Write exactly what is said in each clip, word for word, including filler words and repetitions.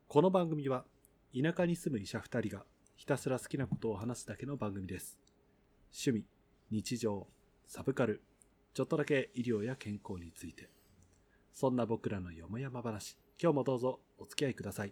この番組は田舎に住む医者ふたりがひたすら好きなことを話すだけの番組です。趣味、日常、サブカル、ちょっとだけ医療や健康について、そんな僕らのよもやま話、今日もどうぞお付き合いください。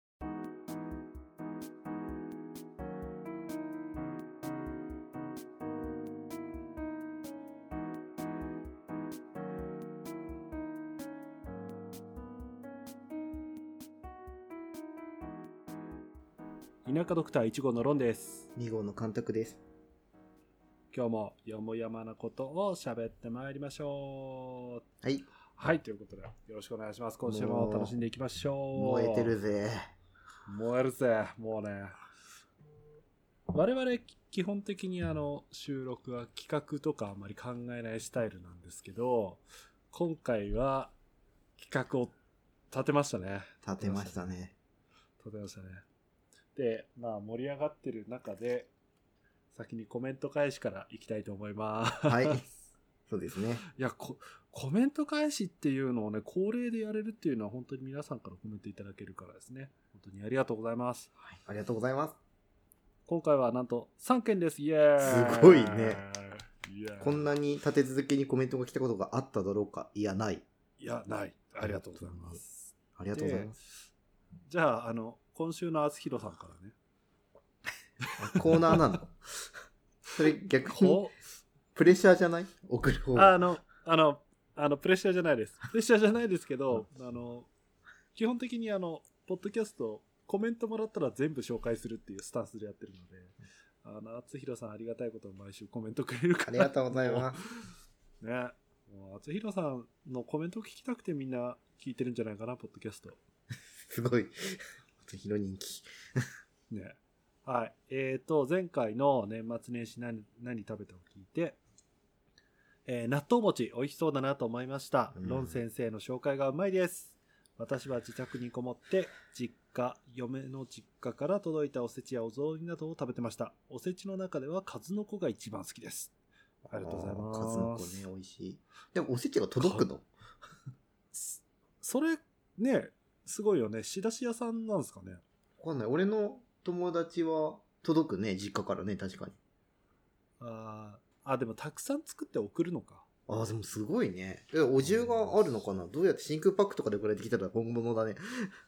田舎ドクターいち号のロンです。 に号の監督です。 今日もよもやまなことを喋ってまいりましょう。 はい。 はい、ということでよろしくお願いします。今週も楽しんでいきましょう。 燃えてるぜ。 燃えるぜ。もうね。我々基本的にあの収録は企画とかあんまり考えないスタイルなんですけど、今回は企画を立てましたね。 立てましたね。 立てましたね。で、まあ盛り上がってる中で、先にコメント返しからいきたいと思います。 はい。そうですね。 いやコ、コメント返しっていうのをね、恒例でやれるっていうのは本当に皆さんからコメントいただけるからですね。本当にありがとうございます。 はい、ありがとうございます。 今回はなんとさんけんです。イエーイ。 すごいね。 イエーイ。 こんなに立て続けにコメントが来たことがあっただろうか。いや、ない。 いや、ない。ありがとうございます。 ありがとうございます。 じゃあ、あの、今週のあつひろさんからね。 コーナーなのそれ逆にプレッシャーじゃない？送る方。 あの、あの、あの、プレッシャーじゃないです。プレッシャーじゃないですけど、あの、基本的にあの、ポッドキャスト、コメントもらったら全部紹介するっていうスタンスでやってるので、あの、あつひろさんありがたいことを毎週コメントくれるから。 ありがとうございます。 ね。もう、あつひろさんのコメントを聞きたくてみんな聞いてるんじゃないかな、ポッドキャスト。 すごい。あつひろ人気。 ね。はい。えっと、前回の年末年始何、何食べたを聞いて、えー納豆餅美味しそうだなと思いました。 うんロン先生の紹介がうまいです。私は自宅にこもって実家、嫁の実家から届いたおせちやお雑煮などを食べてました。おせちの中では数の子が一番好きです。ありがとうございます。 数の子ね、美味しい。でもおせちが届くの？ それね、すごいよね。仕出し屋さんなんですかね。 わかんない。俺の友達は届くね、実家からね、確かに。 あーあ、でもたくさん作って送るのか。 ああ、でもすごいね。え、お重があるのかな？どうやって真空パックとかで送られてきたら本物だね。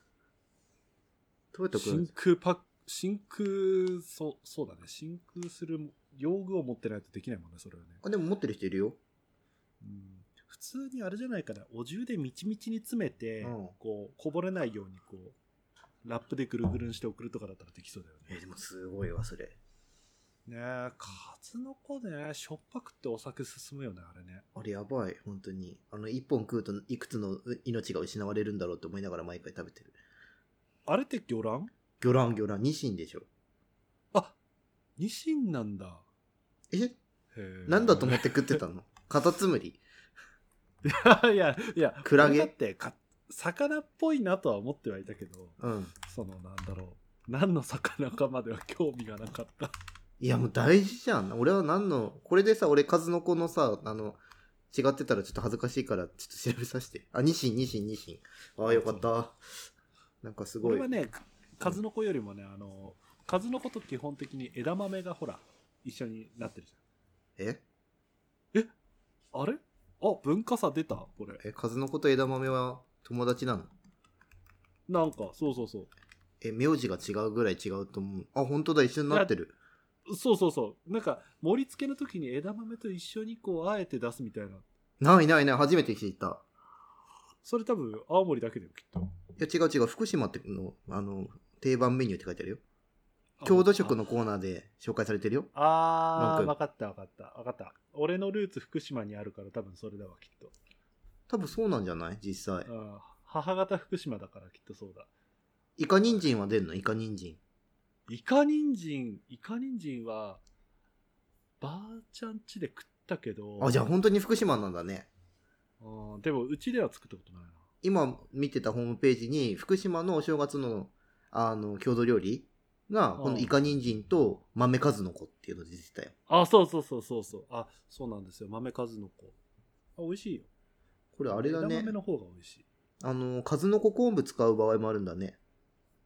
どうやって送るん真ですか？ 空パック、真空、そう、そうだね。真空する用具を持ってないとできないもんね、それはね。 あ、でも持ってる人いるよ。 うん、普通にあれじゃないかな。お重でみちみちに詰めて、 うん、 こう、こぼれないように、こう、ラップでぐるぐるにして送るとかだったらできそうだよね。 え、でもすごいわ、それ。 ねえ、数の子ね、しょっぱくってお酒進むよね、あれね。 あれやばい、本当に。あの、一本食うといくつの命が失われるんだろうって思いながら毎回食べてる。 あれって魚卵？ 魚卵、魚卵、ニシンでしょ。 あ、ニシンなんだ。 え？ へえ。 なんだと思って食ってたの？カタツムリ？ いやいや、いや、 クラゲ？ だってか、魚っぽいなとは思ってはいたけど、 うん。 そのなんだろう、何の魚かまでは興味がなかった。 いや、もう大事じゃん。俺は何の、これでさ、俺数の子のさ、あの、違ってたらちょっと恥ずかしいから、ちょっと調べさせて。あ、ニシン、ニシン、ニシン。ああ、よかった。なんかすごい。 俺はね、数の子よりもね、あの、数の子と基本的に枝豆がほら、一緒になってるじえゃん。えあれあ、文化差出たこれ。 え、数の子と枝豆は友達なの？ なんか、そうそうそう。 え、名字が違うぐらい違うと思う。あ、本当だ、一緒になってる。 そうそうそう。なんか、盛り付けの時に枝豆と一緒にこう、あえて出すみたいな。 ないないない、初めて聞いた。 それ多分、青森だけだよ、きっと。 いや、違う違う、福島っての、あの、定番メニューって書いてあるよ。郷土食のコーナーで紹介されてるよ。 あー、 なんかわかったわかった。わかった。俺のルーツ福島にあるから多分それだわ、きっと。 多分そうなんじゃない実際。 うん。母方福島だからきっとそうだ。 イカ人参は出んの？イカ人参。 イカ人参、イカ人参は、ばあちゃん家で食ったけど。 あ、じゃあ本当に福島なんだね。 うん、でもうちでは作ったことないな。 今見てたホームページに、福島のお正月の、あの、郷土料理が、このイカ人参と豆数の子っていうので出てたよ。 あ、そうそうそうそうそう。あ、そうなんですよ。豆数の子。あ、美味しいよ。 これあれだね。 枝豆の方が美味しい。 あの、数の子昆布使う場合もあるんだね。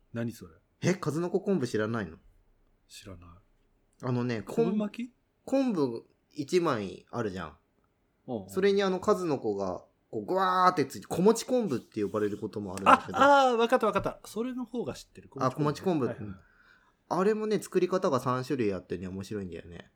何それ？ え、数の子昆布知らないの？ 知らない。 あのね、 昆布巻き？ 昆布いちまいあるじゃん。 おうおう、 それにあの数の子がこうグワーってついて、小餅昆布って呼ばれることもあるんだけど。 ああー、分かった分かった。それの方が知ってる。 あ、小餅昆布、 はいはいはい、 あれもね、作り方がさん種類あってね、面白いんだよね。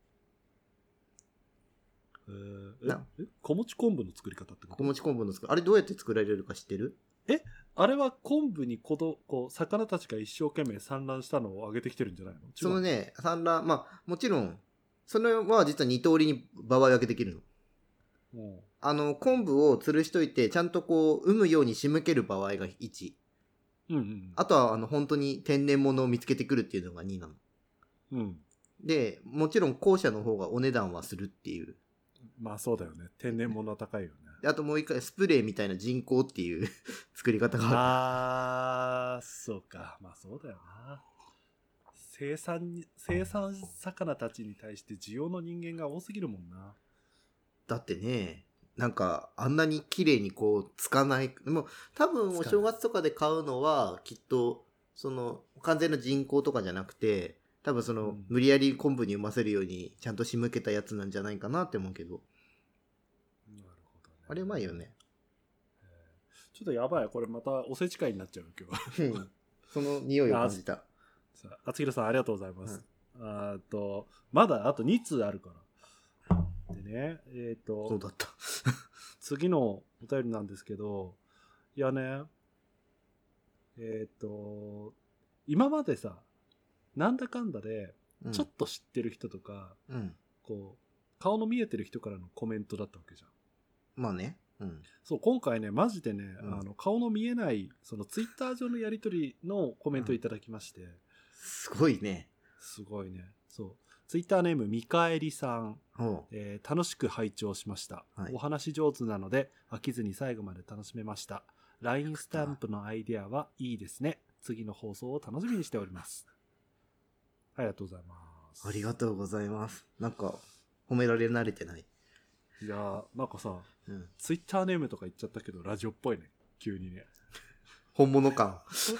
えー、 なえ小餅昆布の作り方ってこと？ 小餅昆布の作り、あれどうやって作られるか知ってる？ え、あれは昆布にこどこう魚たちが一生懸命産卵したのを揚げてきてるんじゃないの？ そのね、産卵、まあ、もちろん、それは実は二通りに場合分けできるの。 うん、 あの、昆布を吊るしといて、ちゃんとこう、産むように仕向ける場合がいち。 うんうんあとは、あの、本当に天然物を見つけてくるっていうのがになの。 うん。 で、もちろん後者の方がお値段はするっていう。 まあそうだよね。天然物は高いよね。 であともう一回、スプレーみたいな人工っていう作り方がある。 ああ、そうか。まあそうだよな。生産、生産魚たちに対して需要の人間が多すぎるもんな。 だってね、なんか、あんなに綺麗にこう、つかない。でも、多分、お正月とかで買うのは、きっと、その、完全な人工とかじゃなくて、多分その、うん、無理やり昆布に産ませるように、ちゃんと仕向けたやつなんじゃないかなって思うけど。 なるほどね。 あれうまいよね。 ちょっとやばい。これまたおせち会になっちゃう、今日は。 その匂いを感じた。 あつひろさん、ありがとうございます。うん、あと、まだあとに通あるから。でね、えっ、ー、と、 そうだった。 次のお便りなんですけど、いやね、えっ、ー、と、今までさ、なんだかんだで、ちょっと知ってる人とか、 うん、 こう、顔の見えてる人からのコメントだったわけじゃん。 まあね。うん、 そう、今回ね、マジでね、 うん、 あの顔の見えない、そのツイッター上のやりとりのコメントいただきまして、うん、 すごいね。 すごいね。そう。ツイッターネーム、みかえりさん、えー、楽しく拝聴しました、はい。お話上手なので、飽きずに最後まで楽しめました。ライン スタンプのアイデアはいいですね。次の放送を楽しみにしております。ありがとうございます。 ありがとうございます。なんか、褒められ慣れてない。 いやー、なんかさ、 うん、 ツイッターネームとか言っちゃったけど、ラジオっぽいね。急にね。 本物感。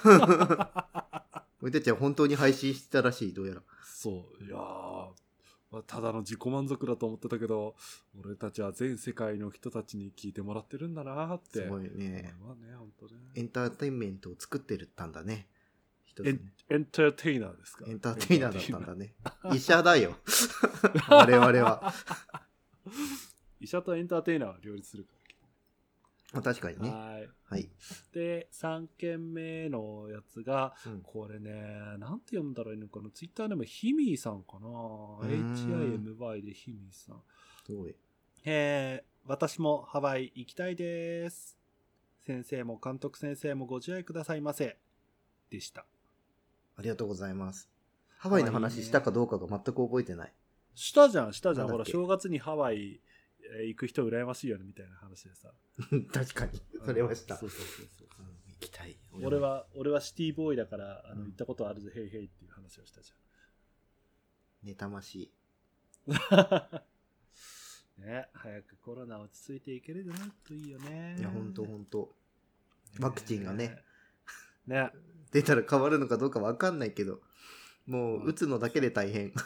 俺たちは本当に配信してたらしい、どうやら。 そう。いやー、まあ、ただの自己満足だと思ってたけど、俺たちは全世界の人たちに聞いてもらってるんだなーって。 すごいね。 まあね、本当ね。 エンターテインメントを作ってるったんだね。 エン、エンターテイナーですか？ エンターテイナーだったんだね。医者だよ。我々は。 医者とエンターテイナーは両立するから。 まあ、確かにね。 はい。 はい。 で、さんけんめのやつが、うん、これね、なんて読んだらいいのかな、ツイッターでもヒミーさんかな、 エイチアイエムワイ でヒミーさん。 すごい。 えー、私もハワイ行きたいです。先生も監督先生もご自愛くださいませ。でした。 ありがとうございます。ハワイの話したかどうかが全く覚えてない。 したじゃん、したじゃん。ほら、正月にハワイ行く人羨ましいよねみたいな話でさ。 確かに。それはした。 そうそうそうそう、うん。 行きたい。 俺は、俺はシティボーイだから、あの、行ったことあるぜ、うん、ヘイヘイっていう話をしたじゃん。妬ましい。 ね、早くコロナ落ち着いていけるじゃないといいよね。 いや、ほんとほんと。ワクチンがね。 ね。 出たら変わるのかどうかわかんないけど、もう打つのだけで大変。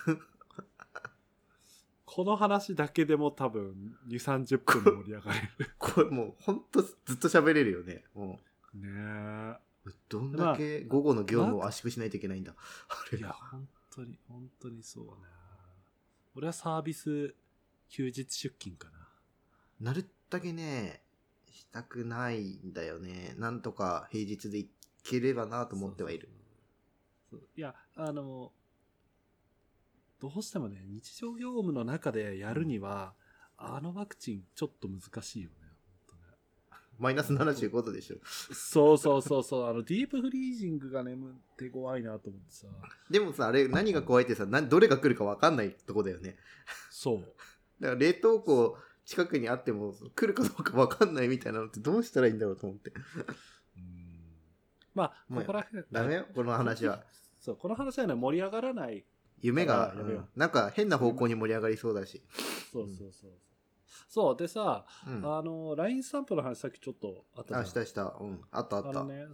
この話だけでも多分にじゅう、さんじゅっぷん盛り上がれる。 これもうほんとずっと喋れるよね。もうねえ。 どんだけ午後の業務を圧縮しないといけないんだ。 まあ、いや、本当に、本当にそうね。俺はサービス休日出勤かな。 なるだけね、したくないんだよね。なんとか平日で行ければなと思ってはいる。 そうそうそう、いや、あの、どうしてもね、日常業務の中でやるには、うん、あのワクチンちょっと難しいよね。本当ね、 マイナスななじゅうごどでしょ。 そうそうそうそう。あの、ディープフリージングが眠って怖いなと思ってさ。 でもさ、あれ何が怖いってさ、などれが来るか分かんないとこだよね。 そう。 だから冷凍庫近くにあっても来るかどうか分かんないみたいなのってどうしたらいいんだろうと思って。 うん、まあ、ここら辺。 ダメよ、この話は。 そう、この話はね、盛り上がらない。 夢が、うん、なんか変な方向に盛り上がりそうだし。 そうそうそう。そうでさ、うん、あの ライン スタンプの話さっきちょっとあったじゃん。 あ、したした。うん。あったあった。 あのね、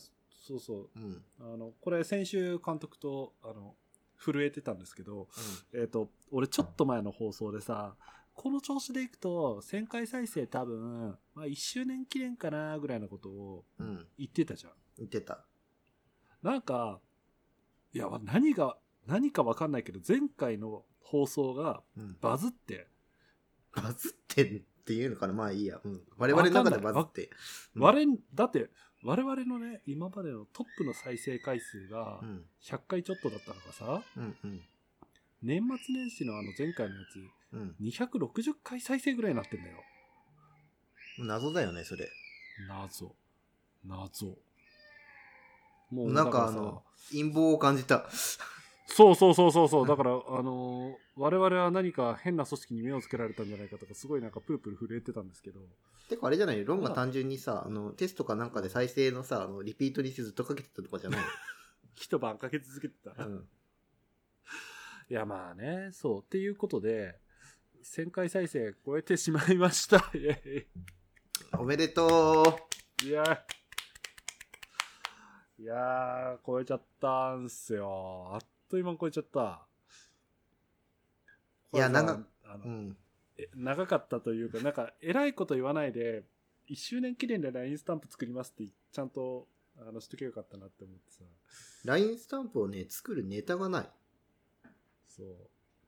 そうそう。 うん。 あの、これ先週監督と、あの、震えてたんですけど、うん、えっと、俺ちょっと前の放送でさ、この調子でいくと、せんかい再生多分、まあいっしゅうねん記念かなぐらいのことを言ってたじゃん。 言ってた。 なんか、いや、何が、何かわかんないけど、前回の放送がバズって。 うん、バズってっていうのかな、まあいいや。うん、我々の中でバズって。 うん、我々、だって、我々のね、今までのトップの再生回数がひゃっかいちょっとだったのがさ、 うんうん、 年末年始のあの前回のやつ、 うん、 にひゃくろくじゅっかい再生ぐらいになってんだよ。 謎だよね、それ。 謎。謎。もうなんかあの、陰謀を感じた。 そうそうそうそうそう。だから、あのー、我々は何か変な組織に目をつけられたんじゃないかとか、すごいなんかプルプル震えてたんですけど。 てかあれじゃないロンが単純にさ、あの、テストかなんかで再生のさ、あの、リピートにしてずっとかけてたとかじゃないの一晩かけ続けてた。うん。いや、まあね、そう。っていうことで、せんかい再生超えてしまいました。 おめでとう。いや、いやー、超えちゃったんすよ。あっという間に超えちゃった。 いや、なんか、あの、うん、 長かったというか、なんか、えらいこと言わないで、いっしゅうねん記念で ライン スタンプ作りますってちゃんとあのしとけばよかったなって思ってさ。 ライン スタンプをね、作るネタがない。 そう。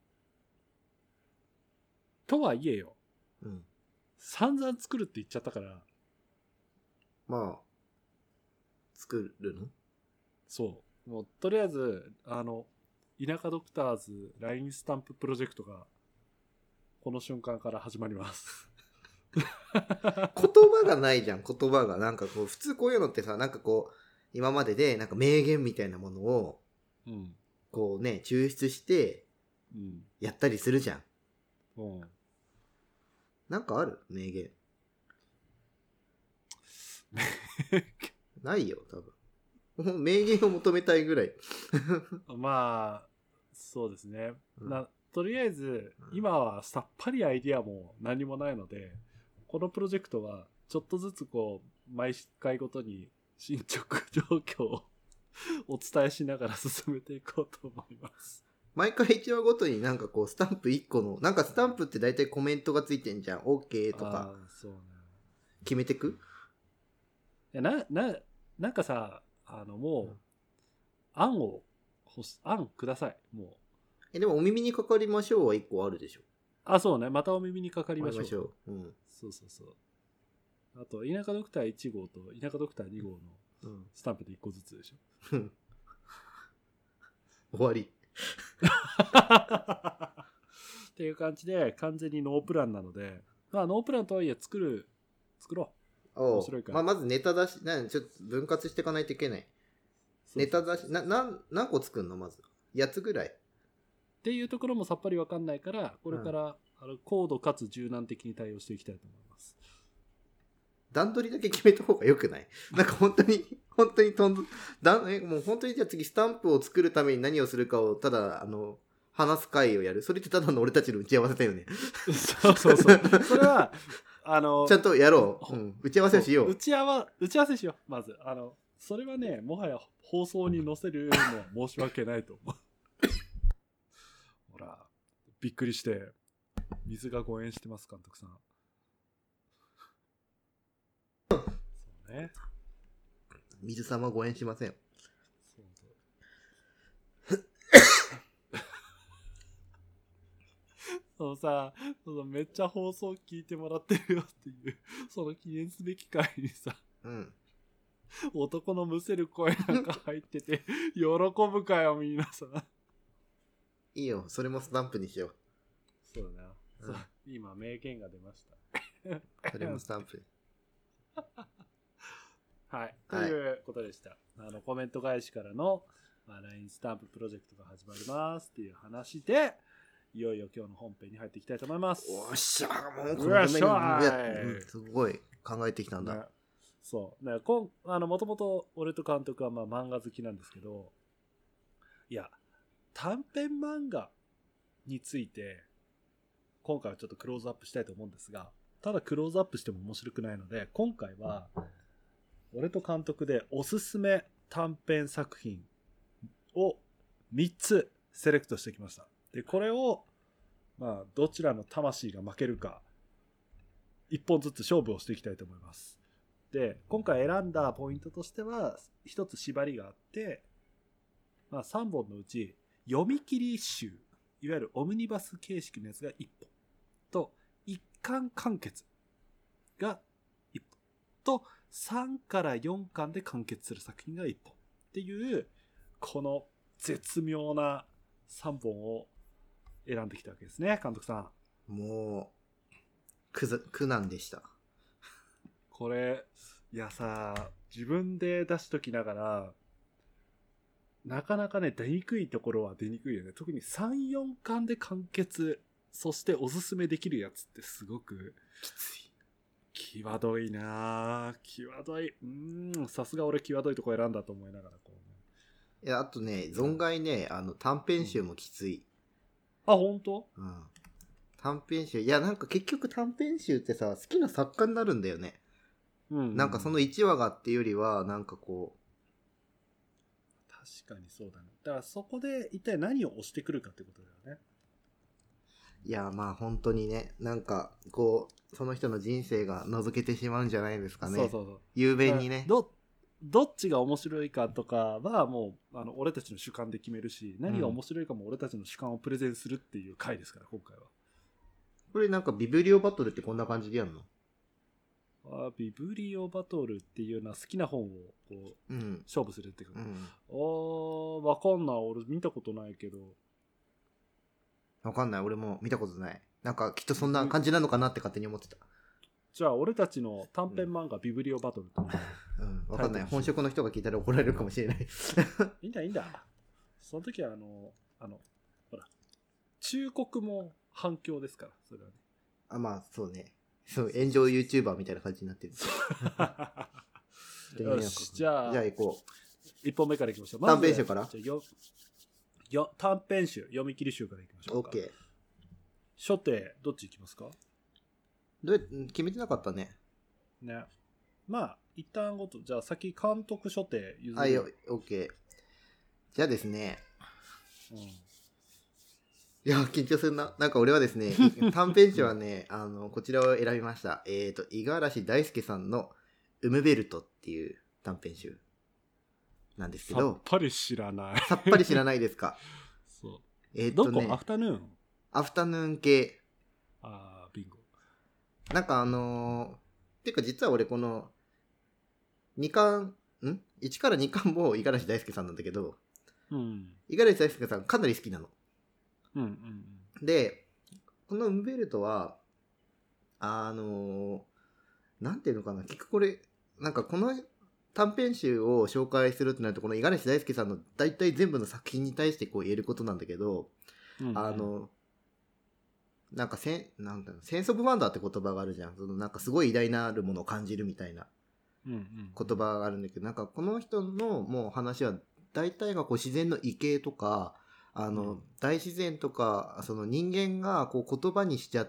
とはいえよ。 うん。 散々作るって言っちゃったから。 まあ、作るの？ そう。もう、とりあえず、あの、田舎ドクターズ ライン スタンププロジェクトが、この瞬間から始まります。 言葉がないじゃん、言葉が。なんかこう、普通こういうのってさ、なんかこう、今までで、なんか名言みたいなものを、うん、こうね、抽出して、やったりするじゃん。うん。なんかある？名言。ないよ、多分。名言を求めたいぐらい。 まあ、そうですね。うん、なとりあえず、今はさっぱりアイディアも何もないので、このプロジェクトはちょっとずつこう、毎回ごとに進捗状況をお伝えしながら進めていこうと思います。 毎回いちわごとになんかこう、スタンプいっこの、なんかスタンプって大体コメントがついてんじゃん。OK とか。 そうね。 決めてく？ いや、な、な、なんかさ、あの、もう、うん、案を、案ください、もう。 え、でもお耳にかかりましょうはいっこあるでしょ。 あ、そうね。またお耳にかかりましょう。 しょう。うん。 そうそうそう。あと、田舎ドクターいち号と田舎ドクターに号のスタンプでいっこずつでしょ。うん、 終わり。 っていう感じで、完全にノープランなので、まあ、ノープランとはいえ作る、作ろう。 面白いから。まあ、まずネタ出し、なちょっと分割していかないといけない。ネタ出し、な、な、何個作るのまず。やっつぐらい。 っていうところもさっぱりわかんないから、これから、うん、あの高度かつ柔軟的に対応していきたいと思います。 段取りだけ決めた方がよくない？なんか本当に、本当にとんど、だえもう本当にじゃあ次スタンプを作るために何をするかをただ、あの、話す会をやる。それってただの俺たちの打ち合わせだよね。 そうそうそう。それは、あの、 ちゃんとやろう。うん、打ち合わせをしよう。 打ち合わ、打ち合わせしよう。まず。あの、それはね、もはや放送に載せるのは申し訳ないと思う。ほら、びっくりして、水が誤嚥してます、監督さん。そうね。 水様誤嚥しません。そうそうさ、そのめっちゃ放送聞いてもらってるよっていう、その記念すべき回にさ、うん、男のむせる声なんか入ってて、喜ぶかよ、みんなさ。 いいよ、それもスタンプにしよう。 そうだな。うん、そう今、名言が出ました。 それもスタンプ。 はい。ということでした。あの、コメント返しからの、まあ、ライン スタンププロジェクトが始まりますっていう話で、いよいよ今日の本編に入っていきたいと思います。 おっしゃー、もうこのために、うん、すごい考えてきたんだ。 ね、そう。ね、こんあの、もともと俺と監督はまあ漫画好きなんですけど、いや、短編漫画について、今回はちょっとクローズアップしたいと思うんですが、ただクローズアップしても面白くないので、今回は、俺と監督でおすすめ短編作品をみっつセレクトしてきました。で、これを、まあ、どちらの魂が負けるか、いっぽんずつ勝負をしていきたいと思います。で、今回選んだポイントとしては、ひとつ縛りがあって、まあ、さんぼんのうち、読み切り集、いわゆるオムニバス形式のやつがいっぽんと、一巻完結がいっぽんと、さんからよんかんで完結する作品がいっぽんっていう、この絶妙なさんぼんを選んできたわけですね、監督さん。 もう、苦ず苦難でした。 これ、いやさ、自分で出しときながら、なかなかね、出にくいところは出にくいよね。特にさん、よんかんで完結、そしておすすめできるやつってすごくきつい。 際どいなぁ。際どい。うーん、さすが俺際どいとこ選んだと思いながらこうね。 いや、あとね、存外ね、あの、短編集もきつい。 あ、本当？ うん。短編集、いや、なんか結局短編集ってさ、好きな作家になるんだよね。 うん、うん。 なんかそのいちわがっていうよりは、なんかこう。 確かにそうだね。だからそこで一体何を押してくるかってことだよね。 いや、まあ本当にね、なんか、こう、その人の人生が覗けてしまうんじゃないですかね。 そうそうそう。 雄弁にね。 ど、どっちが面白いかとかはもう、あの、俺たちの主観で決めるし、何が面白いかも俺たちの主観をプレゼンするっていう回ですから、今回は。 これなんかビブリオバトルってこんな感じでやるの？ あ、ビブリオバトルっていうのは好きな本をこう、 うん、 勝負するってこと。 うん、 あー、わかんない。俺見たことないけど。 わかんない。俺も見たことない。なんかきっとそんな感じなのかなって勝手に思ってた。 じゃあ俺たちの短編漫画ビブリオバトルと、 うん、わかんない。本職の人が聞いたら怒られるかもしれない。 いいんだいいんだ。その時はあの、あの、ほら、忠告も反響ですから、それはね。 あ、まあそうね。そう、炎上 YouTuber みたいな感じになってる。 よし、じゃあ、 じゃあ行こう。いっぽんめからいきましょう。 短編集からじゃあよよ短編集、読み切り集からいきましょう。 うか。 OK。 初手、どっちいきますか？ どうや決めてなかったね。 ね。まあ、一旦ごと、じゃあ先監督初手譲る。 はい、OK。じゃあですね。 うん。 いや、緊張するな。なんか俺はですね、短編集はね、あの、こちらを選びました。えっと、五十嵐大輔さんのウムベルトっていう短編集なんですけど。 さっぱり知らない。 さっぱり知らないですか？ そう。 えっとね。 どこ？アフタヌーン？ アフタヌーン系。 あー、ビンゴ。 なんかあのー、てか実は俺この、にかん、ん ?いち からにかんも五十嵐大輔さんなんだけど、 うん。 五十嵐大輔さんかなり好きなの。 うんうんうん。 で、このウムベルトは、あのー、なんていうのかな、結局これ、なんかこの短編集を紹介するってなると、この五十嵐大輔さんの大体全部の作品に対してこう言えることなんだけど、 うんうん、 あの、なんかせん、なんだろう、センスオブワンダーって言葉があるじゃん。そのなんかすごい偉大なるものを感じるみたいな言葉があるんだけど、なんかこの人のもう話は大体がこう自然の異形とか、あの、うん、大自然とか、その人間がこう言葉にしちゃって、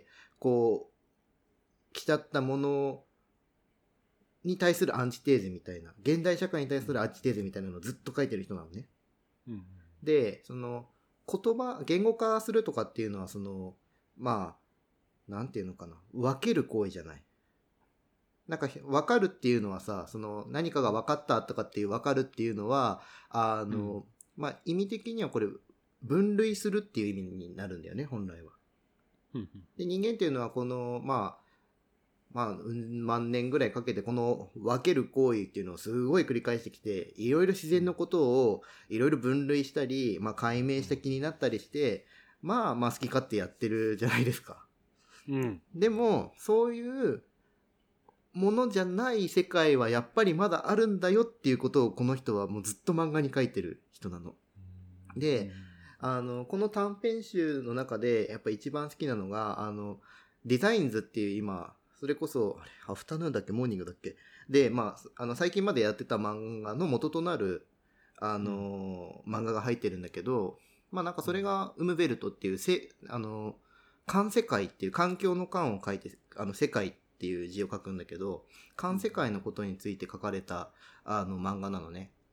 こう、来ちゃったものに対するアンチテーゼみたいな、現代社会に対するアンチテーゼみたいなのをずっと書いてる人なのね。うん、で、その、言葉、言語化するとかっていうのは、その、まあ、なんていうのかな、分ける行為じゃない。なんか、分かるっていうのはさ、その、何かが分かったとかっていう分かるっていうのは、あの、うん、まあ、意味的にはこれ、分類するっていう意味になるんだよね、本来は。で、人間っていうのは、この、まあ、まあ、うん万年ぐらいかけてこの分ける行為っていうのをすごい繰り返してきて、いろいろ自然のことをいろいろ分類したり、まあ解明した気になったりして、まあまあ好き勝手やってるじゃないですか。うん。でも、そういうものじゃない世界はやっぱりまだあるんだよっていうことをこの人はもうずっと漫画に書いてる人なの。で、あの、この短編集の中でやっぱ一番好きなのが、あの、デザインズっていう今、それこそ、あれ、アフタヌーンだっけモーニングだっけで、まあ、あの、最近までやってた漫画の元となる、あのー、うん、漫画が入ってるんだけど、まあなんかそれが、ウムベルトっていう、せ、あのー、環世界っていう環境の環を書いて、あの、世界っていう字を書くんだけど、環世界のことについて書かれた、あの、漫画なのね。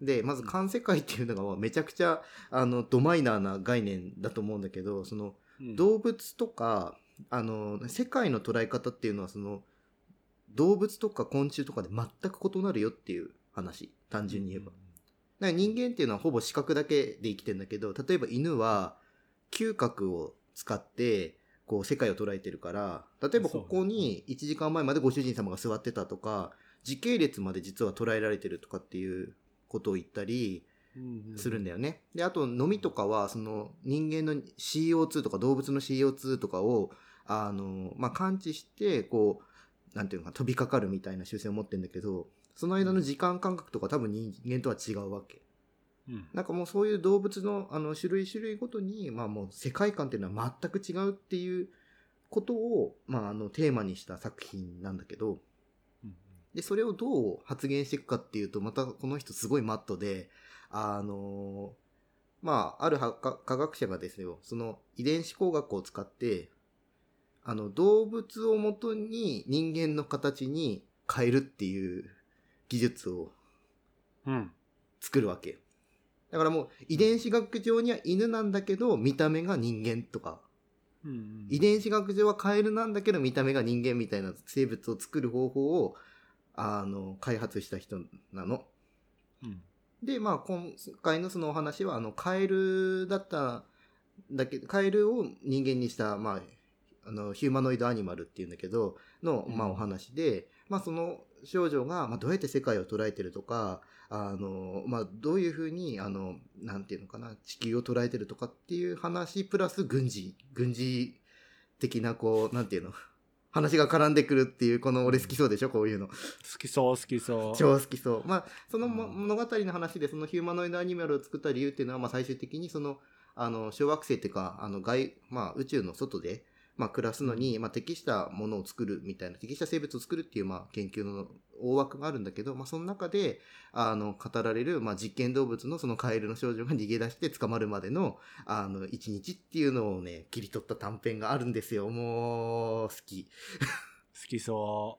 でまず環世界っていうのがめちゃくちゃあのドマイナーな概念だと思うんだけど、その動物とかあの世界の捉え方っていうのはその動物とか昆虫とかで全く異なるよっていう話、単純に言えば。だから人間っていうのはほぼ視覚だけで生きてるんだけど、例えば犬は嗅覚を使ってこう世界を捉えてるから、例えばここにいちじかんまえまでご主人様が座ってたとか、時系列まで実は捉えられてるとかっていうことを言ったりするんだよね。で、あと飲みとかはその人間の シーオーツー とか動物の シーオーツー とかをあの、まあ、感知してこうなんていうのか飛びかかるみたいな習性を持ってるんだけど、その間の時間感覚とか多分人間とは違うわけ。うん、なんかもうそういう動物のあの種類種類ごとに、まあもう世界観っていうのは全く違うっていうことを、まああのテーマにした作品なんだけど、うん、で、それをどう発言していくかっていうと、またこの人すごいマットで、あのー、まあある科学者がですよ、その遺伝子工学を使って、あの動物をもとに人間の形に変えるっていう技術を作るわけ。うん、だからもう遺伝子学上には犬なんだけど見た目が人間とか、うんうん、遺伝子学上はカエルなんだけど見た目が人間みたいな生物を作る方法をあの開発した人なの。うん、でまあ今回のそのお話はあのカエルだっただけカエルを人間にしたまああのヒューマノイドアニマルっていうんだけどの、まあ、お話で、うん、まあ、その少女が、まあ、どうやって世界を捉えてるとかあの、まあ、どういうふうにあのなんていうのかな地球を捉えてるとかっていう話プラス軍事軍事的なこうなんていうの話が絡んでくるっていうこの俺好きそうでしょ、うん、こういうの好きそう好きそう超好きそう。まあその物語の話でそのヒューマノイドアニマルを作った理由っていうのは、まあ、最終的にそのあの小惑星っていうかあの外、まあ、宇宙の外でまあ、暮らすのに、まあ、適したものを作るみたいな、適した生物を作るっていう、まあ、研究の大枠があるんだけど、まあ、その中で、あの、語られる、まあ、実験動物のそのカエルの少女が逃げ出して捕まるまでの、あの、一日っていうのをね、切り取った短編があるんですよ。もう、好き。 好きそう。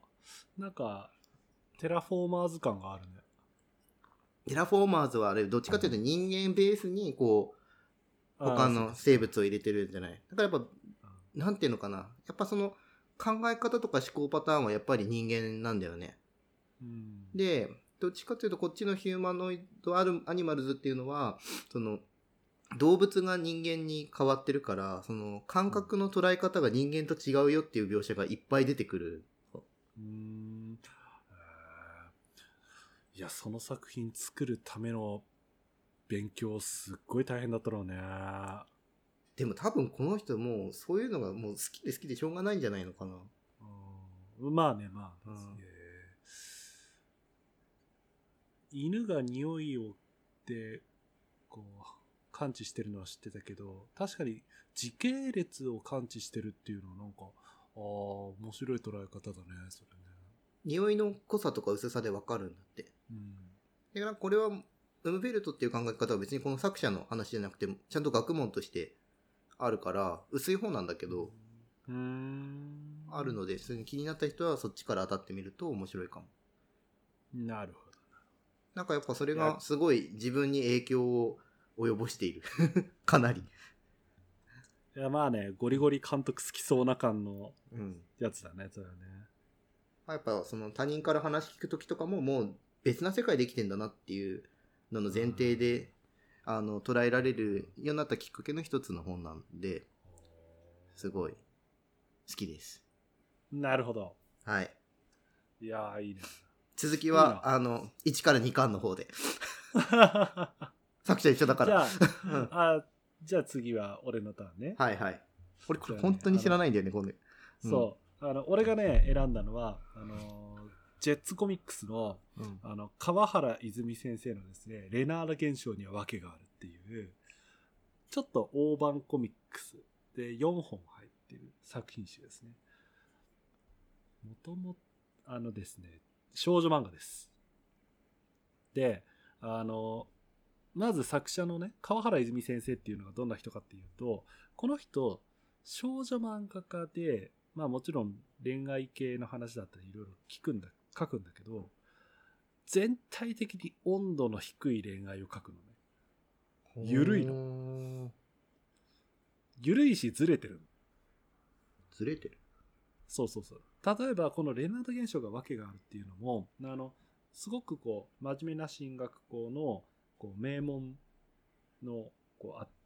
なんか、テラフォーマーズ感があるね。 テラフォーマーズはあれ、どっちかというと人間ベースに、こう、他の生物を入れてるんじゃない。だからやっぱ、なんていうのかな。やっぱその考え方とか思考パターンはやっぱり人間なんだよね。うん、で、どっちかというとこっちのヒューマノイドアニマルズっていうのは、その動物が人間に変わってるから、その感覚の捉え方が人間と違うよっていう描写がいっぱい出てくる。うーん、 いや、その作品作るための勉強すっごい大変だったろうね。 でも多分この人もうそういうのがもう好きで好きでしょうがないんじゃないのかな。 うん、まあね、まあ、うん、犬が匂いをってこう感知してるのは知ってたけど、確かに時系列を感知してるっていうのはなんか、ああ、面白い捉え方だね、それね。 匂いの濃さとか薄さで分かるんだって。うん、だからこれはウムベルトっていう考え方は別にこの作者の話じゃなくてちゃんと学問としてあるから薄い方なんだけど、うーん、あるので、それに気になった人はそっちから当たってみると面白いかも。 なるほど。 なんかやっぱそれがすごい自分に影響を及ぼしているかなり。 いやまあね、ゴリゴリ監督好きそうな感のやつだね、うん、それはね。 やっぱその他人から話聞くときとかももう別な世界で生きてんだなっていうのの前提で、うん、あの捉えられるようになったきっかけの一つの本なんで、すごい好きです。 なるほど。 はい。 いやーいいね。 続きはいいあのいちからにかんの方で作者一緒だからじゃああじゃあ次は俺のターンね。 はいはい。俺これ本当に知らないんだよね、今度。 そう、うん、あの俺がね選んだのはあのジェッツコミックスの、うん、あの川原泉先生のですね、レナード現象には訳があるっていうちょっと大判コミックスでよんほん入ってる作品集ですね。もともとあのですね、少女漫画です。で、あのまず作者のね川原泉先生っていうのがどんな人かっていうと、この人少女漫画家で、まあもちろん恋愛系の話だったりいろいろ聞くんだ書くんだけど、 全体的に温度の低い恋愛を描くのね。ゆるいの。 の。 ゆるいしずれてるの。 ずれてる。 そうそうそう。例えばこのレナード現象が訳があるっていうのも、あの、すごくこう、真面目な進学校の、こう、名門の、こう、あ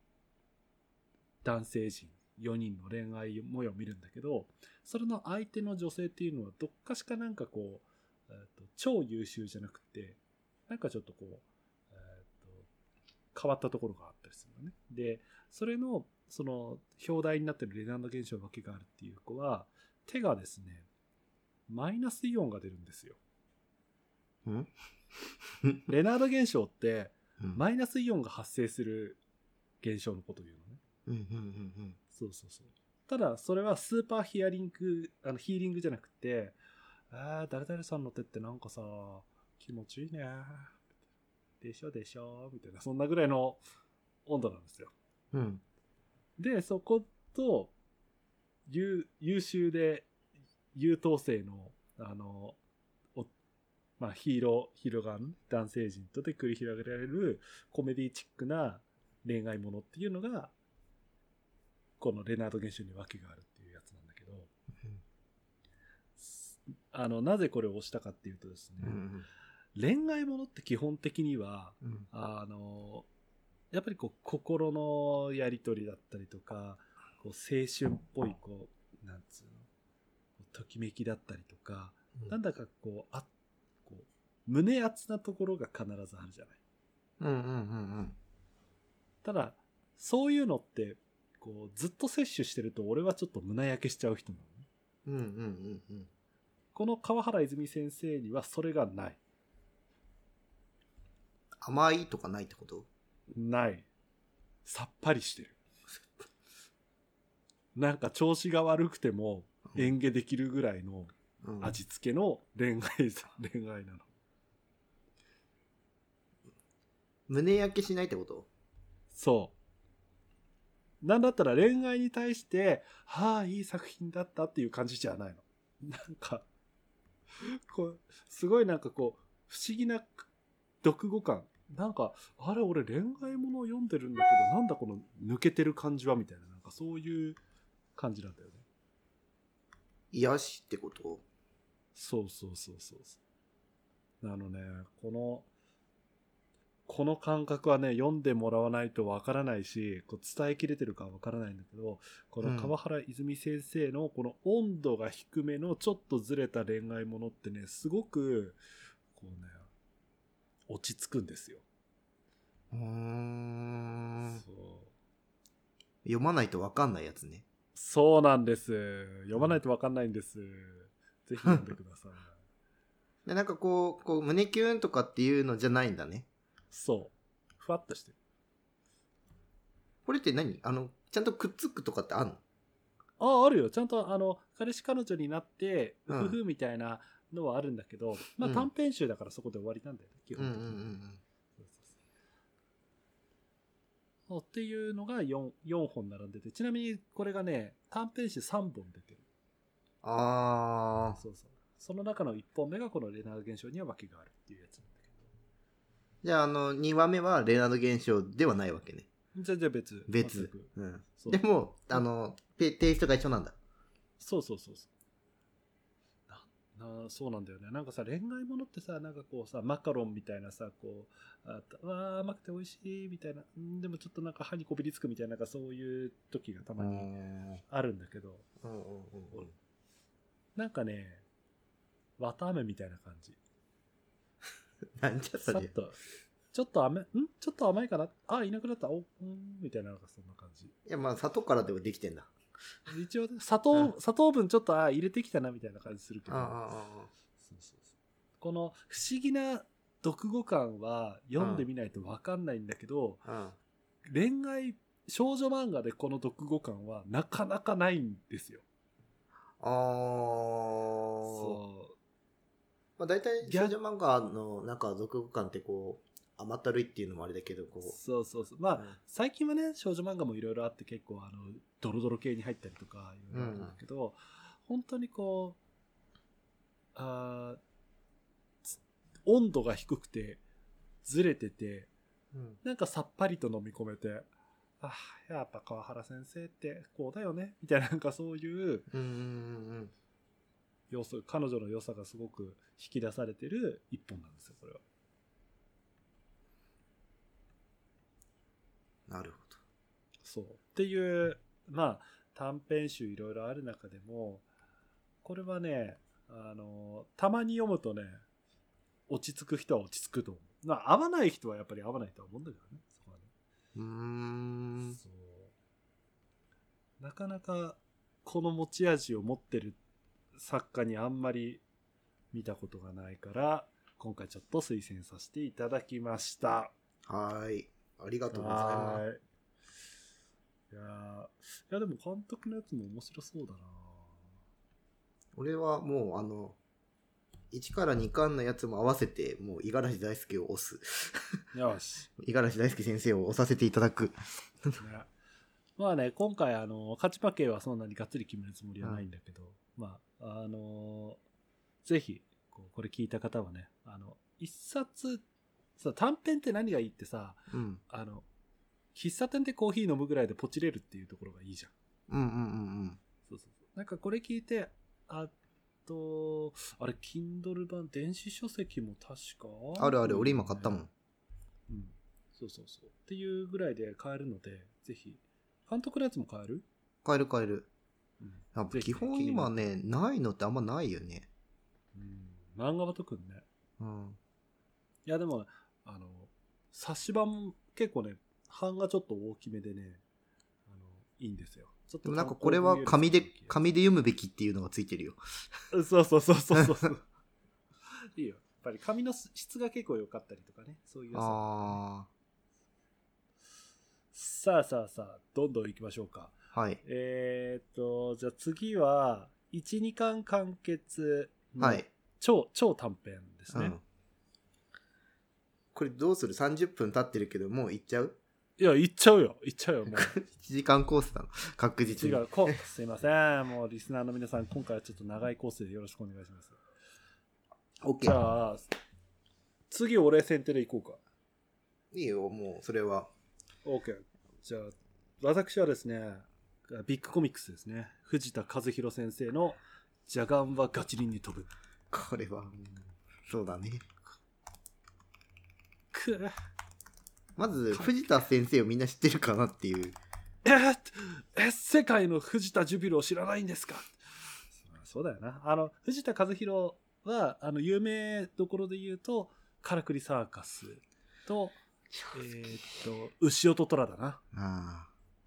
男性陣よにんの恋愛模様を見るんだけど、それの相手の女性っていうのはどっかしかなんかこう、えーと、超優秀じゃなくて、なんかちょっとこう、えーと、変わったところがあったりするのね。で、それの、その、表題になってるレナード現象わけがあるっていう子は、手がですね、マイナスイオンが出るんですよ。 んレナード現象って、 うんマイナスイオンが発生する現象のことを言うのね。 うんうんうんそうそうそう。ただ、それはスーパーヒアリング、あのヒーリングじゃなくて、あー、誰々さんの手ってなんかさ、気持ちいいね。でしょでしょみたいな、そんなぐらいの温度なんですよ。 うん。うん。 で、そこと、優優秀で優等生の、あの、おまあ、ヒーロー、ヒーローガン、男性陣とで繰り広げられるコメディチックな恋愛ものっていうのが、このレナード現象に訳があるっていうやつなんだけど、あの、なぜこれを押したかっていうとですね、 うん恋愛ものって基本的には、 うんあの、やっぱりこう、心のやりとりだったりとか、こう青春っぽい、こう、なんつうの、ときめきだったりとか、 うんなんだかこう、あ、こう、胸熱なところが必ずあるじゃない。 うんうんうんただ、そういうのって、こう、ずっと摂取してると、俺はちょっと胸焼けしちゃう人なのね。 うんうんうんうん。 この川原泉先生にはそれがない。 甘いとかないってこと？ ない。さっぱりしてる。なんか調子が悪くても演芸できるぐらいのうん味付けの恋愛、恋愛なの。 胸焼けしないってこと？ そう。なんだったら恋愛に対して、はあ、いい作品だったっていう感じじゃないの。なんか、こう、すごいなんかこう、不思議な読後感。なんか、あれ俺恋愛ものを読んでるんだけど、なんだこの抜けてる感じはみたいな、なんかそういう感じなんだよね。 癒しってこと？ そうそうそうそうそう。あのね、この、この感覚はね、読んでもらわないとわからないし、こう伝えきれてるかわからないんだけど、この川原泉先生のこの温度が低めのちょっとずれた恋愛ものってね、すごく、こうね、落ち着くんですよ。 うーん。 そう。 読まないとわかんないやつね。 そうなんです。読まないとわかんないんです。ぜひ読んでください。 で、なんかこう、こう胸キュンとかっていうのじゃないんだね。 そう。ふわっとしてる。 これって何？あの、ちゃんとくっつくとかってあんの？ ああ、あるよ。ちゃんと、あの、彼氏彼女になって、 うん夫婦みたいなのはあるんだけど、まあうん短編集だからそこで終わりなんだよね、基うんうん本的に。 うんそうそうそうっていうのが 4, よんほん並んでて、ちなみにこれがね、短編集さんぼん出てる。 あー。 そうそう。その中のいっぽんめがこのレナード現象には訳があるっていうやつなんだけじゃあ、あの、にわめはレナード現象ではないわけね。 ど。全然別。 別全く。 うん。 そうでも、あの、ペテイストが一緒なんだ。 そうそうそうそうなな。そうなんだよね。なんかさ、恋愛ものってさ、なんかこうさ、マカロンみたいなさ、こう、あうわー甘くて美味しいみたいな、んでもちょっとなんか歯にこびりつくみたいな、なんかそういう時がたまにあるんだけど、 うんうんうんうん。 なんかね、綿飴みたいな感じ。 なんじゃそれ。 さっと、ちょっと甘い、んちょっと甘いかなあ、いなくなった。お、うんみたいな、なんかそんな感じ。 いや、まあ、砂糖からでもできてんだ。 一応、砂糖、砂糖分ちょっと、あ、入れてきたな、みたいな感じするけど。 ああ、ああ、 そうそうそう。この不思議な読後感は読んでみないと分かんないんだけど、 ああ。 恋愛、少女漫画でこの読後感はなかなかないんですよ。 ああ。 そう。 まあ、大体少女漫画のなんか読後感ってこう甘ったるいっていうのもあれだけどこうそうそうそう。まあ、 うん最近はね、少女漫画もいろいろあって結構あの、ドロドロ系に入ったりとかいろいろあるんだけど、本当にこう、あー温度が低くてずれててうんなんかさっぱりと飲み込めて、あやっぱ川原先生ってこうだよねみたいな、なんかそういううんうん要素、彼女の良さがすごく引き出されてる一本なんですよこれは。 なるほそうっていうまあ短編集いろいろある中でもこれはね、あのたまに読むとね落ち着く人は落ち着くと思う。まあ合わない人はやっぱり合わないとは思うんだけどね、そこはね。 ど。うーん。 そうなかなかこの持ち味を持ってる作家にあんまり見たことがないから今回ちょっと推薦させていただきました。 はーい。ありがとうございます。 いやいやでも監督のやつも面白そうだな。 俺はもうあのいちからにかんのやつも合わせてもう五十嵐大輔を押す。 よし。 五十嵐大輔先生を押させていただく。 ね、まあね今回あの勝ち負けはそんなにがっつり決めるつもりはないんだけど、うん、まああのー、ぜひこうこれ聞いた方はねあの一冊さ短編って何がいいってさ、 うん、あの喫茶店でコーヒー飲むぐらいでポチれるっていうところがいいじゃん。 うんうんうんうん。 そうそうそう。なんかこれ聞いてあとあれ Kindle 版電子書籍も確かあるある、俺今買ったもん。 うん。そうそうそう。っていうぐらいで買えるのでぜひ監督のやつも買える？ 買える買える。 うん、 やっぱ基本今ねないのってあんまないよね。 うん。漫画は特にね。 うん。 いやでもあの冊子版結構ね版がちょっと大きめでねあのいいんですよ。ちょっとでもなんかこれは紙で紙で読むべきっていうのがついてるよ。 そうそうそうそうそういいよ。やっぱり紙の質が結構良かったりとかね、そういう良さ、ね、あさあさあさあどんどん行きましょうか。 はい。 えー、っとじゃあ次はいち、にかん完結の超、はい、超短編ですね、うん。 これどうする ?さんじゅっぷん経ってるけどもう行っちゃう？ いや行っちゃうよ行っちゃうよもういちじかんコースなの確実に。 違うこすいませんもうリスナーの皆さん今回はちょっと長いコースでよろしくお願いします。 OK。 じゃあ次俺先手で行こうか。 いいよもうそれは OK。 じゃあ私はですねビッグコミックスですね、藤田和弘先生のジャガンはガチリンに飛ぶ。 これは、うん、そうだね。 くまず藤田先生をみんな知ってるかなっていう。 えー、え世界の藤田ジュビロを知らないんですか。そうだよな。あの藤田和弘はあの有名どころで言うとカラクリサーカスとえー、っと牛音虎だな。ああ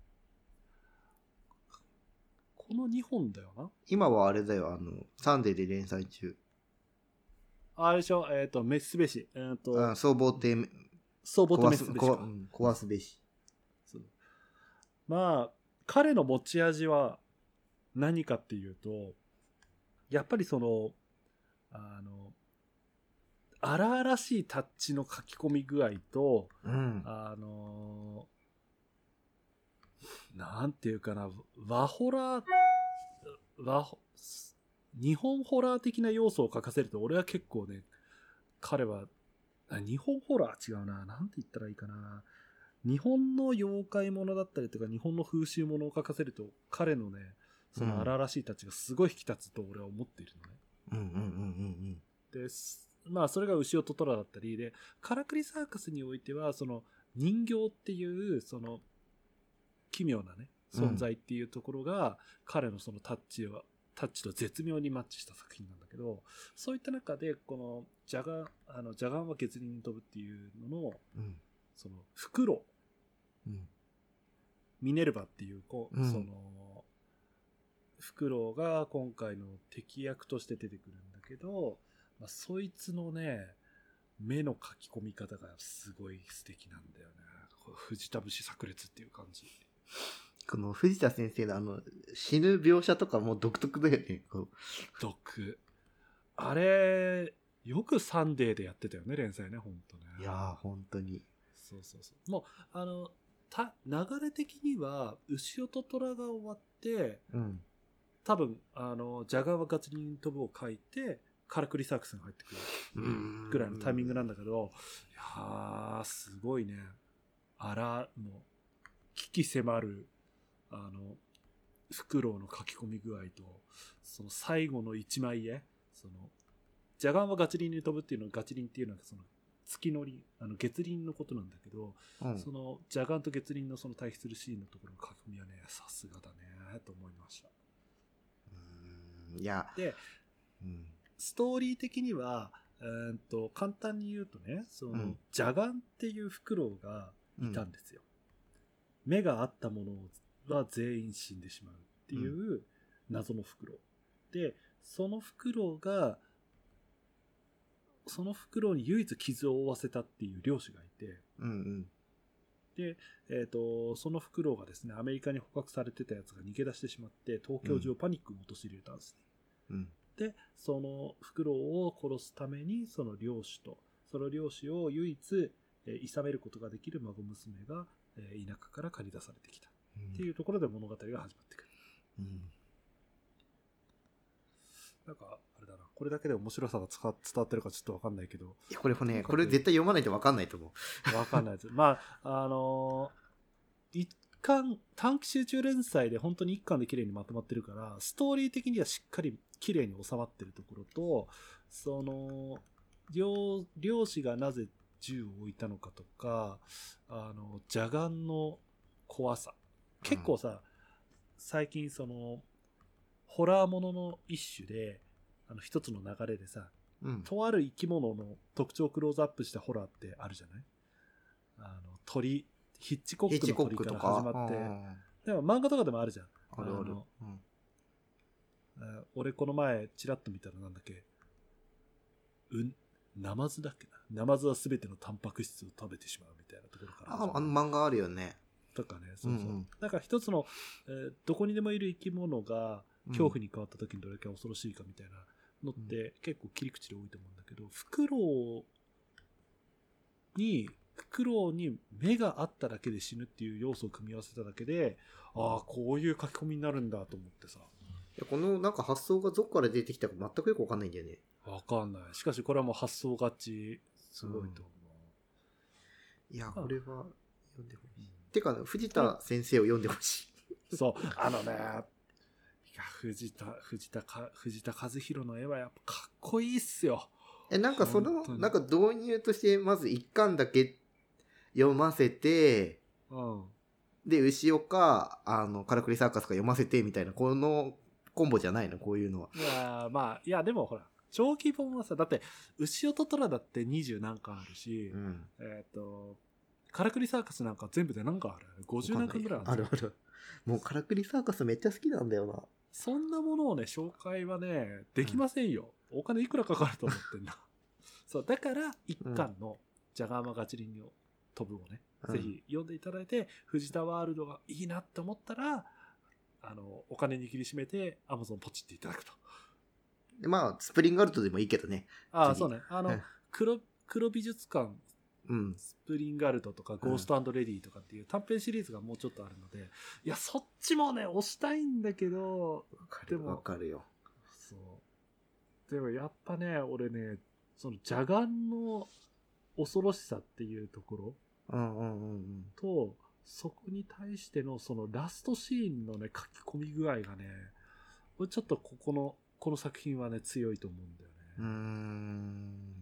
このにほんだよな。 今はあれだよ、あのサンデーで連載中。 あれでしょ、えー、っと滅すべし、えー、っとあ総合艇総合と滅すべしか、 うん、壊すべし。 そうまあ彼の持ち味は何かっていうとやっぱりそのあの荒々しいタッチの書き込み具合と、 うん、 あのなんていうかな和ホラー和日本ホラー的な要素を書かせると俺は結構ね彼は日本ホラー違うななんて言ったらいいかな日本の妖怪ものだったりとか日本の風習ものを書かせると彼のねその荒々しいタッチがすごい引き立つと俺は思っているのね。 うんうんうんうんうんですまあそれが牛音虎だったりでカラクリサーカスにおいてはその人形っていうその奇妙なね存在っていうところが彼のそのタッチをタッチと絶妙にマッチした作品なんだけどそういった中でこのジャガンあのジャガンは月輪に飛ぶっていうのの、うん、そのフクロウ、うん、ミネルヴァっていうこう、うん、そのフクロウが今回の敵役として出てくるんだけど、まあ、そいつのね目の描き込み方がすごい素敵なんだよね。藤田節炸裂っていう感じ。 この藤田先生のあの死ぬ描写とかも独特だよね。こう毒あれよくサンデーでやってたよね連載ね本当ね。 いやー本当にそうそうそうもうあのた流れ的には牛音虎が終わって、うん、多分あのジャガーはガツリン飛ぶを書いてカラクリサークスが入ってくるぐらいのタイミングなんだけど、いやーすごいね。あらもう危機迫るあのフクロウの書き込み具合と、その最後の一枚絵、そのジャガンはガチリンに飛ぶっていうのは、ガチリンっていうのはその月乗り、あの月輪のことなんだけど、うん、そのジャガンと月輪のその対比するシーンのところの書き込みはね、さすがだねと思いました。 うーん、いやで、うん、ストーリー的には、えー、と簡単に言うとね、その、うん、ジャガンっていうフクロウがいたんですよ。うん、目があったものは全員死んでしまうっていう謎のフクロウ。で、そのフクロウがそのフクロウに唯一傷を負わせたっていう猟師がいて、 うんうん、 で、えーと、そのフクロウがですね、アメリカに捕獲されてたやつが逃げ出してしまって、東京中をパニックに陥れたんですね。うん、で、そのフクロウを殺すために、その猟師と、その猟師を唯一、えー、諌めることができる孫娘が、えー、田舎から借り出されてきた、うん、っていうところで物語が始まってくる。うん、なんか、あれだな。これだけで面白さが伝わってるかちょっとわかんないけど。 いや、これもね、これ絶対読まないとわかんないと思う。わかんないです。まあ、あのー、一巻、短期集中連載で本当に一巻で綺麗にまとまってるから、ストーリー的にはしっかり綺麗に収まってるところと、その、漁、漁師がなぜ銃を置いたのかとか、あの、邪眼の怖さ。結構さ、うん、最近その、ホラーものの一種で、あの一つの流れでさ、うん、とある生き物の特徴をクローズアップしたホラーってあるじゃない？あの鳥、ヒッチコックの鳥から始まって、でも漫画とかでもあるじゃん。 あるある。 うん、俺この前チラッと見たらなんだっけ、うん、ナマズだっけな。ナマズはすべてのタンパク質を食べてしまうみたいなところから。 あ、あの漫画あるよね。 とかね、そうそう。うんうん、なんか一つの、えー、どこにでもいる生き物が恐怖に変わった時にどれだけ恐ろしいかみたいなのって結構切り口で多いと思うんだけど、フクロウに、フクロウに目があっただけで死ぬっていう要素を組み合わせただけで、ああ、こういう書き込みになるんだと思ってさ。 いや、このなんか発想がどこから出てきたか全くよくわかんないんだよね。 わかんない。しかしこれはもう発想勝ち、すごいと思う。うん、いや、これは読んでほしい。てか、藤田先生を読んでほしい。そう、あのね、いや、藤田、藤田か、藤田和弘の絵はやっぱかっこいいっすよ。 え、なんかその、なんか導入としてまず一巻だけ読ませて、うん、で、牛岡、あの、カラクリサーカスが読ませてみたいな、このコンボじゃないの、こういうのは。 いや、まあ、いや、でもほら、長期本はさ、だって、牛尾と虎だって二十何巻あるし、うん、えっと、カラクリサーカスなんか全部で何巻ある？ごじゅう何巻ぐらいある。あるある。もうカラクリサーカスめっちゃ好きなんだよな。 そんなものをね、紹介はね、できませんよ。うん、お金いくらかかると思ってんだ。そう、だから一巻のジャガーマガチリンの飛ぶをね、うん、ぜひ読んでいただいて、藤田ワールドがいいなって思ったら、あの、お金握りしめて Amazon ポチっていただくと。 まあ、スプリングアルトでもいいけどね。 ああ、そうね。あの、黒、黒美術館、うん、スプリンガルトとかゴースト&レディとかっていう短編シリーズがもうちょっとあるので、いや、そっちもね、押したいんだけど、 でも、わかるよ。 そう。でもやっぱね、俺ね、その邪眼の恐ろしさっていうところと、うんうんうんうん、そこに対してのそのラストシーンのね、書き込み具合がね、俺ちょっとここの、この作品はね、強いと思うんだよね。うーん。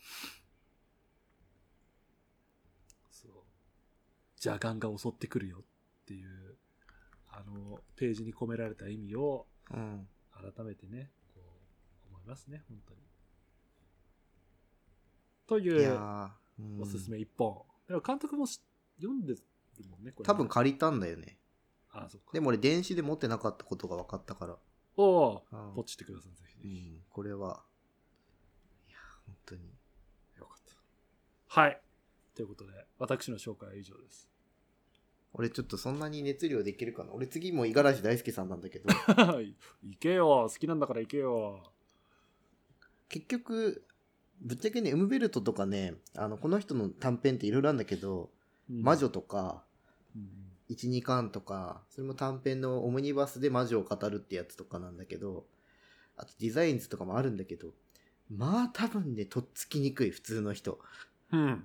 そう。邪眼が襲ってくるよっていう、あの、ページに込められた意味を、改めてね、こう、思いますね、本当に。という、おすすめ一本。でも監督も読んでるもんね、これ。 多分借りたんだよね。 ああ、そっか。 でも俺電子で持ってなかったことが分かったから。 おお、ポチってください、ぜひぜひ。 うん、これは、いや、本当に。 よかった。はい。ということで、私の紹介は以上です。 俺ちょっとそんなに熱量できるかな。俺次も五十嵐大輔さんなんだけど。 行けよ。好きなんだから行けよ。 結局、ぶっちゃけね、ウムベルトとかね、あの、この人の短編っていろいろあるんだけど、うん、魔女とか、うん、いち、にかんとか、それも短編のオムニバスで魔女を語るってやつとかなんだけど、あとデザインズとかもあるんだけど、 まあ多分ね、とっつきにくい、普通の人。 うん。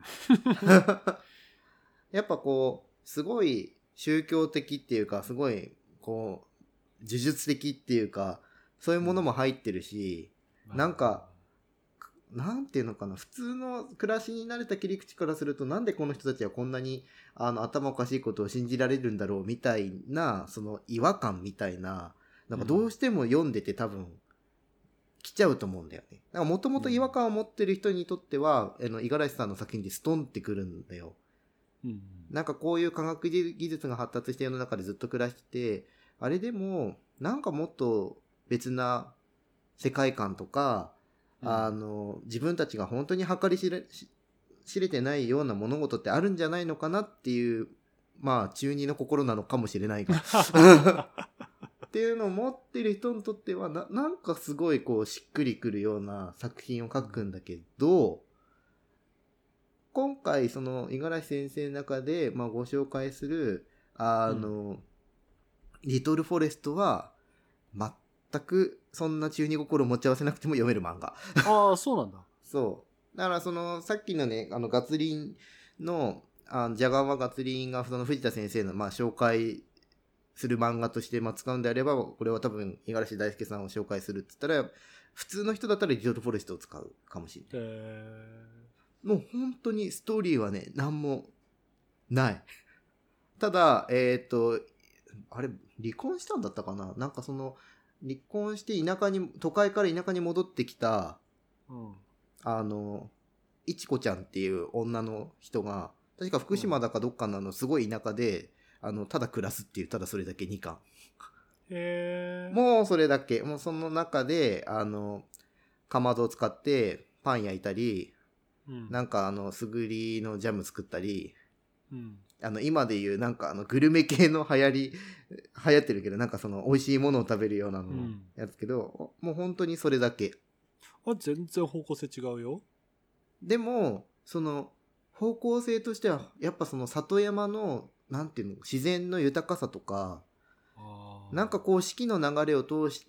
やっぱこう、すごい宗教的っていうか、すごい、こう、呪術的っていうか、そういうものも入ってるし、なんか、なんていうのかな、普通の暮らしに慣れた切り口からすると、なんでこの人たちはこんなにあの頭おかしいことを信じられるんだろうみたいな、その違和感みたいな、なんかどうしても読んでて多分、来ちゃうと思うんだよね。なんかもともと違和感を持ってる人にとっては、あの、五十嵐さんの作品でストンってくるんだよ。 うん、 なんかこういう科学技術が発達した世の中でずっと暮らしてて、あれでも、なんかもっと別な世界観とか、うん、あの、自分たちが本当に計り知れ、知れてないような物事ってあるんじゃないのかなっていう、まあ中二の心なのかもしれないが。っていうのを持ってる人にとってはな、なんかすごいこうしっくりくるような作品を書くんだけど、今回その五十嵐先生の中でまあご紹介するあの、うん、リトルフォレストは全くそんな中二心を持ち合わせなくても読める漫画。 ああ、そうなんだ。 そう。だからそのさっきのね、あのガツリンの、あのジャガワガツリンがその藤田先生のまあ紹介する漫画としてまあ使うんであれば、これは多分五十嵐大輔さんを紹介するって言ったら、普通の人だったらリトルフォレストを使うかもしれない。 えー、もう本当にストーリーはね、なんもない。ただ、えっと、あれ、離婚したんだったかな、なんかその、離婚して田舎に、都会から田舎に戻ってきた、うん、あの、いちこちゃんっていう女の人が、確か福島だかどっかのあの、すごい田舎で、あの、ただ暮らすっていう、ただそれだけにかん。 へー。 もうそれだけ。もうその中で、あの、かまどを使ってパン焼いたり、うん、なんかあの、すぐりのジャム作ったり、うん、あの、今でいうなんかあの、グルメ系の流行り、流行ってるけど、なんかその、美味しいものを食べるようなのやつけど、うん、もう本当にそれだけ。 あ、全然方向性違うよ。 でも、その、方向性としては、やっぱその里山の、なんていうの、自然の豊かさとか、なんかこう四季の流れを通して、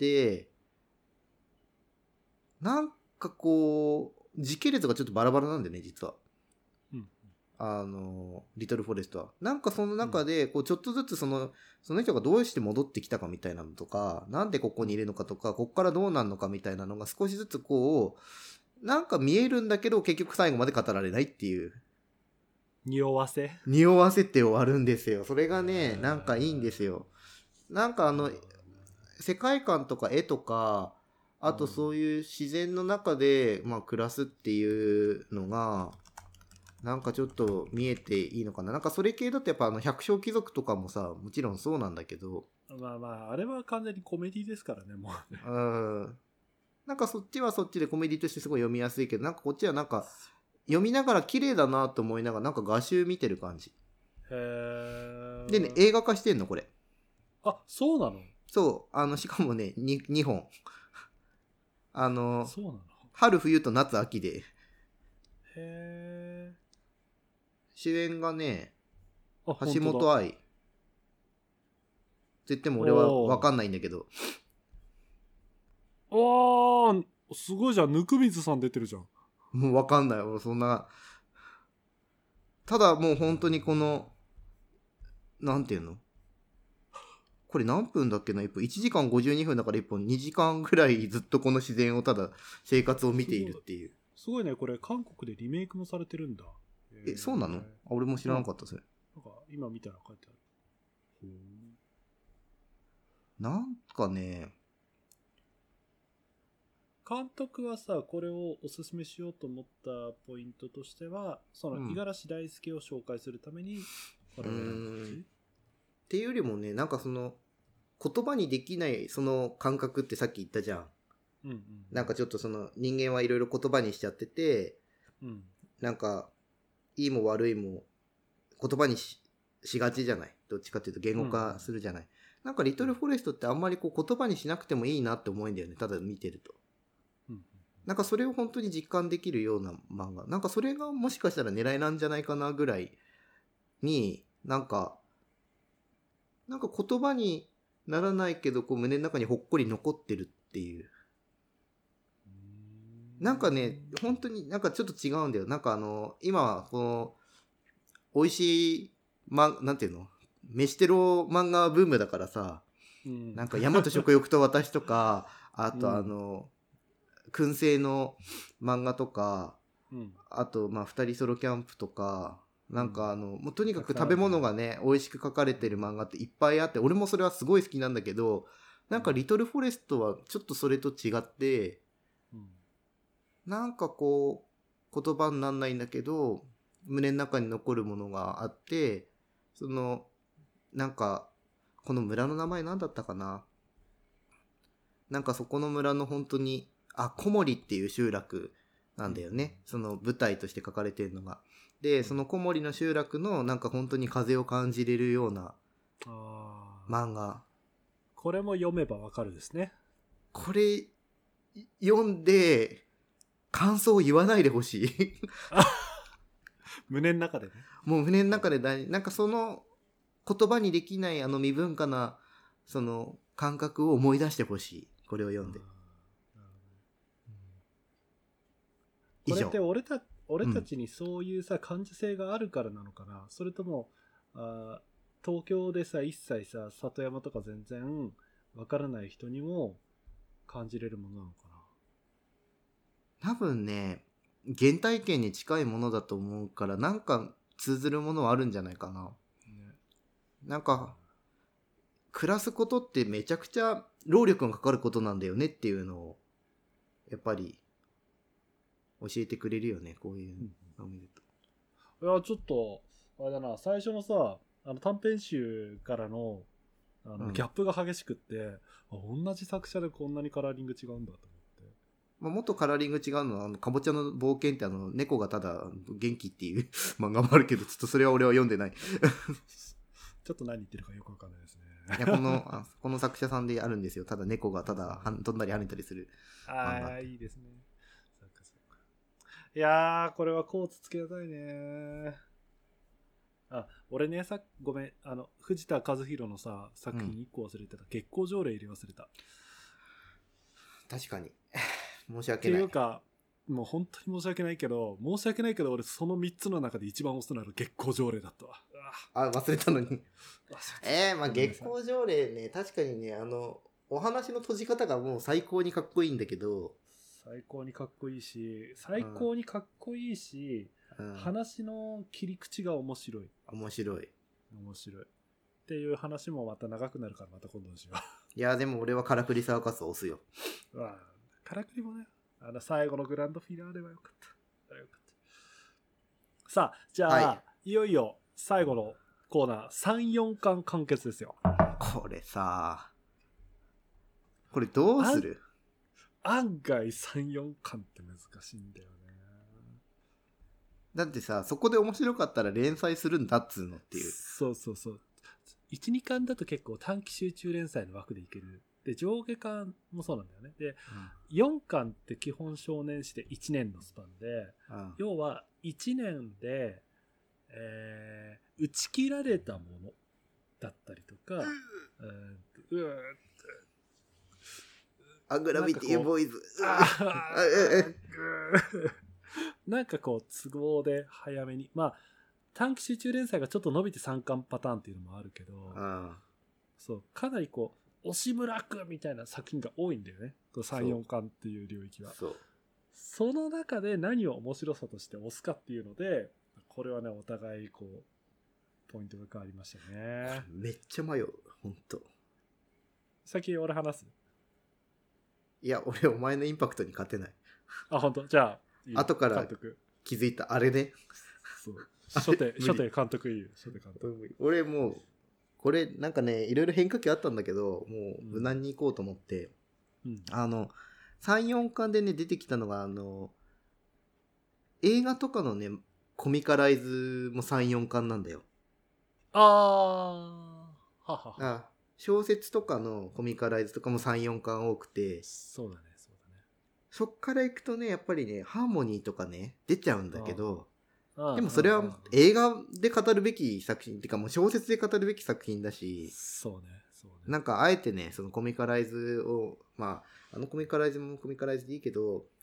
なんかこう、時系列がちょっとバラバラなんだよね、実は。うん、あの、リトルフォレストは。なんかその中で、こうちょっとずつその、その人がどうして戻ってきたかみたいなのとか、なんでここにいるのかとか、こっからどうなるのかみたいなのが少しずつこう、なんか見えるんだけど、結局最後まで語られないっていう。 匂わせ匂わせて終わるんですよ。それがね、なんかいいんですよ。なんかあの、世界観とか絵とか、あとそういう自然の中で、まあ、暮らすっていうのが、なんかちょっと見えていいのかな。なんかそれ系だとやっぱあの百姓貴族とかもさ、もちろんそうなんだけど。 まあまあ、あれは完全にコメディですからね、もうね。 うん。なんかそっちはそっちでコメディとしてすごい読みやすいけど、なんかこっちはなんか、読みながら綺麗だなと思いながら、なんか画集見てる感じ。 へー。 でね、映画化してんの、これ。 あ、そうなの？ そう。あの、しかもね、ににほん。あの、 そうなの？ 春、冬と夏、秋で。 へー。 主演がね、 橋本愛。って言っても俺は分かんないんだけど。 あー、すごいじゃん。ぬくみずさん出てるじゃん。 もう分かんない。俺そんな。ただもう本当にこの、なんていうの、これ何分だっけな、いっぽんいちじかんごじゅうにふんだからいっぽんにじかんぐらいずっとこの自然をただ生活を見ているっていう。 すごいね、これ韓国でリメイクもされてるんだ。 え、そうなの？あ、俺も知らなかったそれ。 なんか今見たら書いてある。 なんかね、 監督はさ、これをおすすめしようと思ったポイントとしては、その五十嵐大輔を紹介するためにこれを選んだ感じ？ っていうよりもね、なんかその言葉にできないその感覚ってさっき言ったじゃん。うんうん、なんかちょっとその人間はいろいろ言葉にしちゃってて、うん、なんかいいも悪いも言葉に し, しがちじゃない。どっちかっていうと言語化するじゃない。うん、なんかリトルフォレストってあんまりこう言葉にしなくてもいいなって思うんだよね。ただ見てると。うん、なんかそれを本当に実感できるような漫画。なんかそれがもしかしたら狙いなんじゃないかなぐらいに、なんかなんか言葉にならないけどこう胸の中にほっこり残ってるっていう。 なんかね、本当になんかちょっと違うんだよ。なんかあの、今、この、美味しい、ま、なんていうの飯テロ漫画ブームだからさ、 うん、 なんか大和食欲と私とか、あとうんあの、燻製の漫画とか、 うん、 あと、まあ、二人ソロキャンプとか、なんかあの、もうとにかくたくさんあるね食べ物がね、美味しく描かれてる漫画っていっぱいあって、俺もそれはすごい好きなんだけど、なんかリトルフォレストはちょっとそれと違って、 うん、 なんかこう、言葉になんないんだけど、胸の中に残るものがあって、その、なんか、この村の名前なんだったかな。なんかそこの村の本当に、あ、小森っていう集落なんだよね。その舞台として書かれてるのが。で、その小森の集落のなんか本当に風を感じれるようなあー漫画。 これも読めばわかるですね。 これ、読んで、感想を言わないでほしい。 胸の中でね。 もう胸の中で大、なんかその言葉にできないあの未文化な、その感覚を思い出してほしい。これを読んで。以上これって。俺た俺たちにそういうさ、感受性があるからなのかな、それともあ東京でさ一切さ里山とか全然わからない人にも感じれるものなのか多分ね、原体験に近いものだと思うから、なんか通ずるものはあるんじゃないかな。 な、ね、 なんか、暮らすことってめちゃくちゃ労力がかかることなんだよねっていうのを、やっぱり、教えてくれるよね、こういうのを見ると。 いやちょっとあれだな、最初のさあの短編集からのあの、 うんギャップが激しくってあ同じ作者でこんなにカラーリング違うんだと思って。 まあ、もっとカラーリング違うのは、あの、かぼちゃの冒険ってあの、猫がただ元気っていう漫画もあるけど、ちょっとそれは俺は読んでない。 ちょっと何言ってるかよくわかんないですね。 いや、この、あこの作者さんであるんですよ。ただ猫がただはん飛んだり跳ねたりする。 ああ、いいですね。そうかそうか。いやー、これはコーツつけたいね。あ、俺ね、さごめん、あの、藤田和弘のさ、作品いっこ忘れてた。月光条例入れ忘れた。っ確かに。申し訳てない。 いうか、もう本当に申し訳ないけど、申し訳ないけど、俺そのみっつの中で一番押すのは月光条例だったわ。 あ、忘れたのに。 忘れたえー、まあ月ごめんなさい光条例ね、確かにね、あの、お話の閉じ方がもう最高にかっこいいんだけど、 最高にかっこいいし、最高にかっこいいし、 うん、 話の切り口が面白い。 面白い。 面白い。っていう話もまた長くなるからまた今度にしよいや、でも俺はカラクリサーカスを押すよ。 う。わあ、からくりもね、あの最後のグランドフィナーレはよかった。あれよかった。さあ、じゃあ、 はいいよいよ最後のコーナー、さん、よんかん完結ですよ。 これさ、これどうする？ 案外さん、よんかんって難しいんだよね。 だってさ、そこで面白かったら連載するんだっつうのっていう。 そうそうそう。いち、にかんだと結構短期集中連載の枠でいける。で、上下巻もそうなんだよね。で、よんかんって基本少年誌でいちねんのスパンで、 うんうん要はいちねんで、えー打ち切られたものだったりとか、えーうーアグラビティボーイズ。 あええーなんかこう都合で早めに、まあ短期集中連載がちょっと伸びてさんかんパターンっていうのもあるけど、 うんそうかなりこう押村区みたいな作品が多いんだよね、こうさん、よんかんっていう領域は。 そう。 その中で何を面白さとして押すかっていうので、これはねお互いこうポイントが変わりましたね。 めっちゃ迷う。ほんと。 先俺話す。 いや、俺お前のインパクトに勝てない。 あ、本当。じゃあいいよ後から監督。 気づいた。あれね。 そう。 あ初手無理初手監督いいよ。初手監督。 俺もう、これなんかね、いろいろ変化球あったんだけど、もう無難に行こうと思って、 うん。 あの、さん、よんかんでね、出てきたのが、あの、映画とかのね、コミカライズもさん、よんかんなんだよ。 あー。ははは。 あ小説とかのコミカライズとかもさん、よんかん多くて、 そうだね、そうだね。 そっから行くとね、やっぱりね、ハーモニーとかね、出ちゃうんだけど、 あーでもそれはあーあー映画で語るべき作品、っていうかもう小説で語るべき作品だし、 そうね、そうね。 なんかあえてね、そのコミカライズを、まあ、あのコミカライズもコミカライズでいいけど、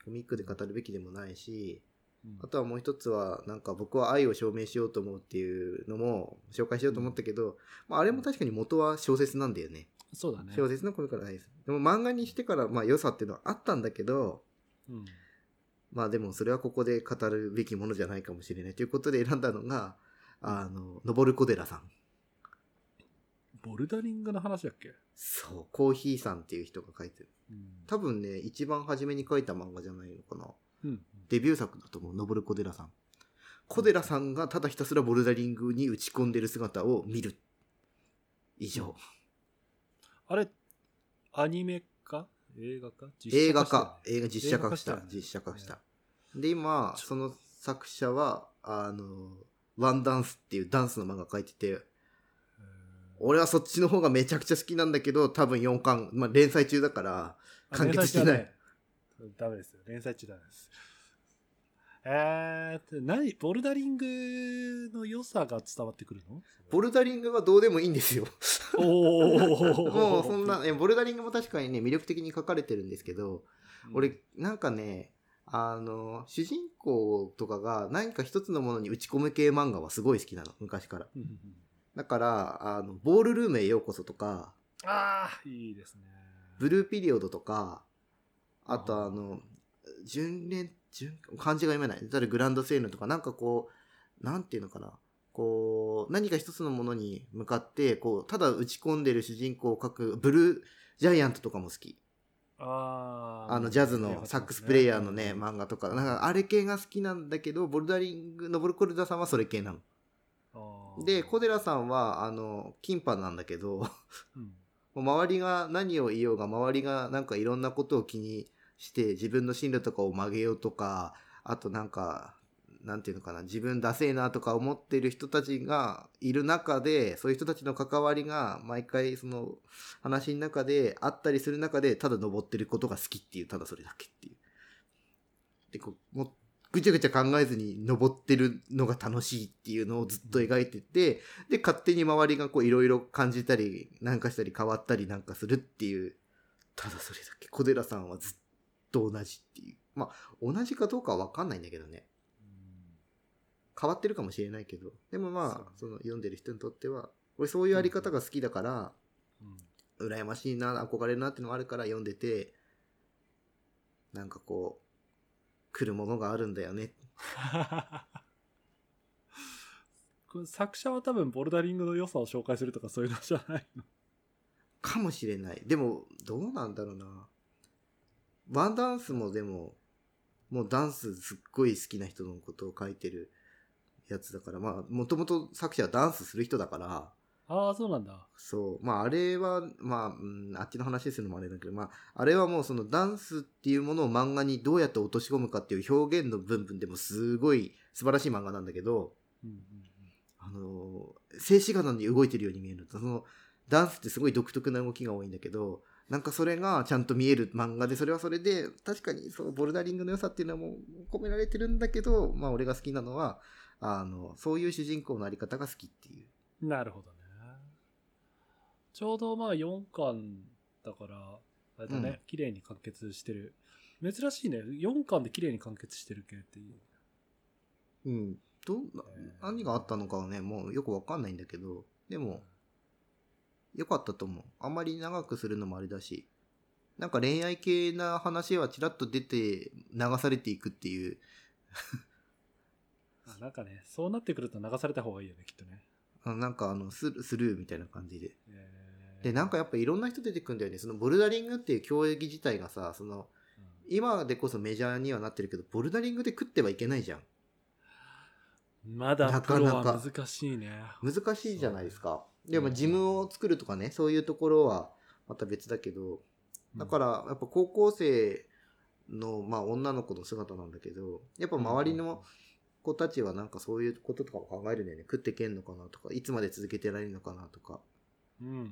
コミックで語るべきでもないし、 うん、 あとはもう一つは、なんか僕は愛を証明しようと思うっていうのも紹介しようと思ったけど、うん、まあ、あれも確かに元は小説なんだよね。 そうだね。 小説の頃からないです。でも漫画にしてからまあ良さっていうのはあったんだけど、うん、まあでもそれはここで語るべきものじゃないかもしれないということで選んだのが、あの、登小寺さん。 ボルダリングの話だっけ？ そう、コーヒーさんっていう人が書いてる。うん、多分ね、一番初めに書いた漫画じゃないのかな。うん、デビュー作だと思う、登小寺さん。小寺さんがただひたすらボルダリングに打ち込んでる姿を見る。以上。うん、 あれ、アニメか映画か映画か。映画実写化した。実写化した。で、今、その作者は、あの、ワンダンスっていうダンスの漫画書いてて、俺はそっちの方がめちゃくちゃ好きなんだけど、多分よんかん、まあ、連載中だから、完結してない。 ダメですよ。連載中ダメです。えー、何ボルダリングの良さが伝わってくるの？ ボルダリングはどうでもいいんですよ。おもうそんな、ボルダリングも確かにね、魅力的に書かれてるんですけど、うん、俺、なんかね、あの、主人公とかが何か一つのものに打ち込む系漫画はすごい好きなの、昔から。だから、あの、ボールルームへようこそとか、 ああ、いいですね。 ブルーピリオドとか、あとあの、純連、純、漢字が読めない。例えばグランドセーヌとか、なんかこう、なんていうのかな。こう、何か一つのものに向かって、こう、ただ打ち込んでる主人公を描く、ブルージャイアントとかも好き。ああの、ジャズのサックスプレイヤーのね、うん、漫画とか、なんかあれ系が好きなんだけど、ボルダリング、ノボルコルダさんはそれ系なの。で、小寺さんは、あの、キンパなんだけど、うん、周りが何を言おうが、周りがなんかいろんなことを気にして自分の進路とかを曲げようとか、あとなんか、なんていうのかな、自分ダセーなとか思ってる人たちがいる中で、そういう人たちの関わりが毎回その話の中であったりする中で、ただ登ってることが好きっていう、ただそれだけっていう。で、こう、もうぐちゃぐちゃ考えずに登ってるのが楽しいっていうのをずっと描いてて、で、勝手に周りがこういろいろ感じたり、なんかしたり変わったりなんかするっていう、ただそれだけ。小寺さんはずっと同じっていう。まあ、同じかどうかはわかんないんだけどね。変わってるかもしれないけど。でもまあ、その読んでる人にとっては、俺そういうあり方が好きだから、うん、羨ましいな、憧れるなっていうのがあるから読んでて、なんかこう、来るものがあるんだよね。 これ作者は多分ボルダリングの良さを紹介するとかそういうのじゃないのかもしれない。でも、どうなんだろうな。ワンダンスもでも、もうダンスすっごい好きな人のことを書いてるやつだから、まあ、もともと作者はダンスする人だから、 ああ、そうなんだ。 そう。まあ、あれは、まあ、うん、あっちの話するのもあれだけど、まあ、あれはもうそのダンスっていうものを漫画にどうやって落とし込むかっていう表現の部分でもすごい素晴らしい漫画なんだけど、うんうんうん、あの、静止画なのに動いてるように見える。その、ダンスってすごい独特な動きが多いんだけど、なんかそれがちゃんと見える漫画で、それはそれで、確かにそう、ボルダリングの良さっていうのはもう込められてるんだけど、まあ俺が好きなのは、あの、そういう主人公のあり方が好きっていう。 なるほどね。ちょうどまあよんかんだから、あれだね、うん、綺麗に完結してる。珍しいね。よんかんで綺麗に完結してる系っていう。 うん。どんな、えー、何があったのかはね、もうよくわかんないんだけど、でも、よかったと思う。あんまり長くするのもあれだし、なんか恋愛系な話はちらっと出て流されていくっていう。 あ、なんかね、そうなってくると流された方がいいよね、きっとね。 なんかあのスル、スルーみたいな感じで。えーで、なんかやっぱいろんな人出てくるんだよね。そのボルダリングっていう競技自体がさ、その、うん、今でこそメジャーにはなってるけど、ボルダリングで食ってはいけないじゃん。 まだプロは難しいね。 難しいじゃないですか。でもジムを作るとかね、そういうところはまた別だけど、だからやっぱ高校生の、まあ女の子の姿なんだけど、やっぱ周りの子たちはなんかそういうこととかも考えるんだよね。食ってけんのかなとか、いつまで続けてられるのかなとか。うんうんうん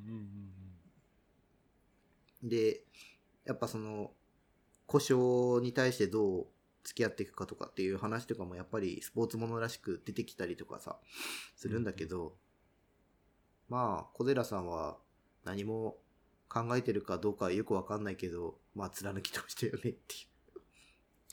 うん、で、やっぱその故障に対してどう付き合っていくかとかっていう話とかもやっぱりスポーツものらしく出てきたりとかさするんだけど、うん、まあ小寺さんは何も考えてるかどうかはよくわかんないけど、まあ貫き通したよねっていう。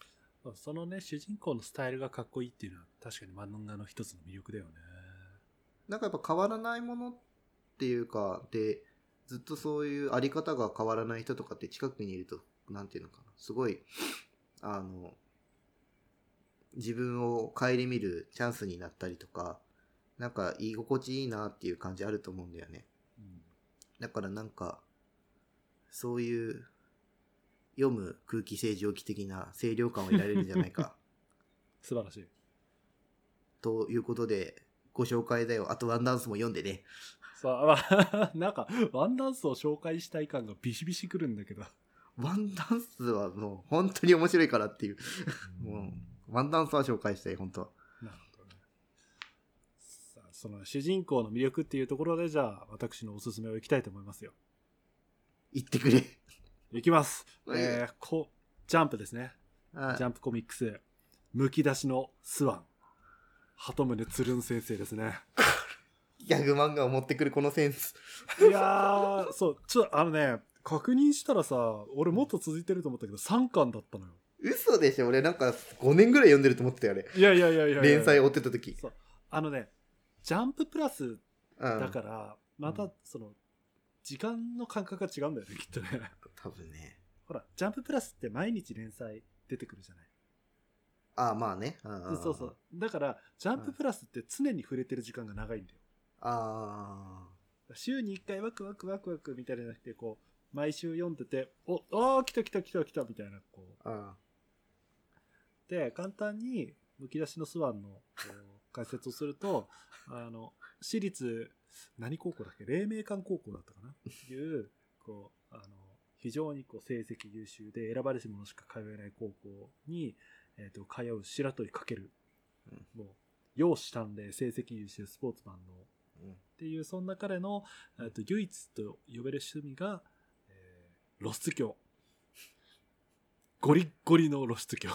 そのね、主人公のスタイルがかっこいいっていうのは確かに漫画の一つの魅力だよね。 なんかやっぱ変わらないものっていうか、で、ずっとそういうあり方が変わらない人とかって近くにいると、なんていうのかな、すごい、あの、自分を顧みるチャンスになったりとか、なんか居心地いいなっていう感じあると思うんだよね。 うん、 だからなんか、そういう読む空気清浄機的な清涼感を得られるんじゃないか。 素晴らしい。 ということで、ご紹介だよ。あとワンダンスも読んでね。 さあ、まあ、なんか、ワンダンスを紹介したい感がビシビシくるんだけど。 ワンダンスはもう本当に面白いからっていう。もう、ワンダンスは紹介したい、本当。 なるほどね。さあ、その主人公の魅力っていうところで、じゃあ、私のおすすめをいきたいと思いますよ。 言ってくれ。 いきます。 はい、 えー、こ、ジャンプですね。ジャンプコミックス、むき出しのスワン。鳩宗つるん先生ですね。 ギャグ漫画を持ってくるこのセンス。 いやー、そう、ちょっとあのね、確認したらさ、俺もっと続いてると思ったけどさんかんだったのよ。 嘘でしょ。俺なんかごねんぐらい読んでると思ってたよ、あれ。 いやいやいやいやいや連載追ってた時。 そう。あのね、ジャンププラスうん、 だから、またその、時間の感覚が違うんだよね、きっとね。 多分ね。 ほら、ジャンププラスって毎日連載出てくるじゃない。 ああ、まあね。 そうそう。だから、ジャンププラスって常に触れてる時間が長いんだよ。 ああ。週にいっかいワクワクワクワクみたいなので、こう、毎週読んでて、お、あー来た来た来た来たみたいな、こう。 あ。 で、簡単に、むき出しのスワンの解説をすると、あの、私立、何高校だっけ、黎明館高校だったかなっていう、こう、あの、非常にこう成績優秀で選ばれし者しか通えない高校に、えー、と通う白鳥かける、うん、もう容姿端麗成績優秀スポーツマンの、うん、っていうそんな彼の、えー、と唯一と呼べる趣味が、えー、露出狂、ゴリッゴリの露出狂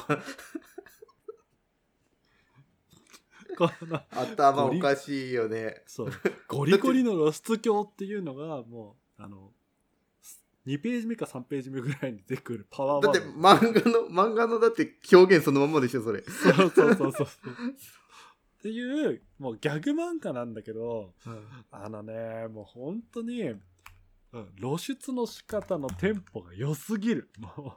この頭おかしいよね。 そうゴリゴリの露出狂っていうのがもうあのにページ目かさんページ目ぐらいに出てくるパワーワード。 だって漫画の、漫画のだって表現そのままでしょ、それ。 そうそうそうそうそう。っていう、もうギャグ漫画なんだけど、うん、あのね、もう本当に、うん、露出の仕方のテンポが良すぎる。も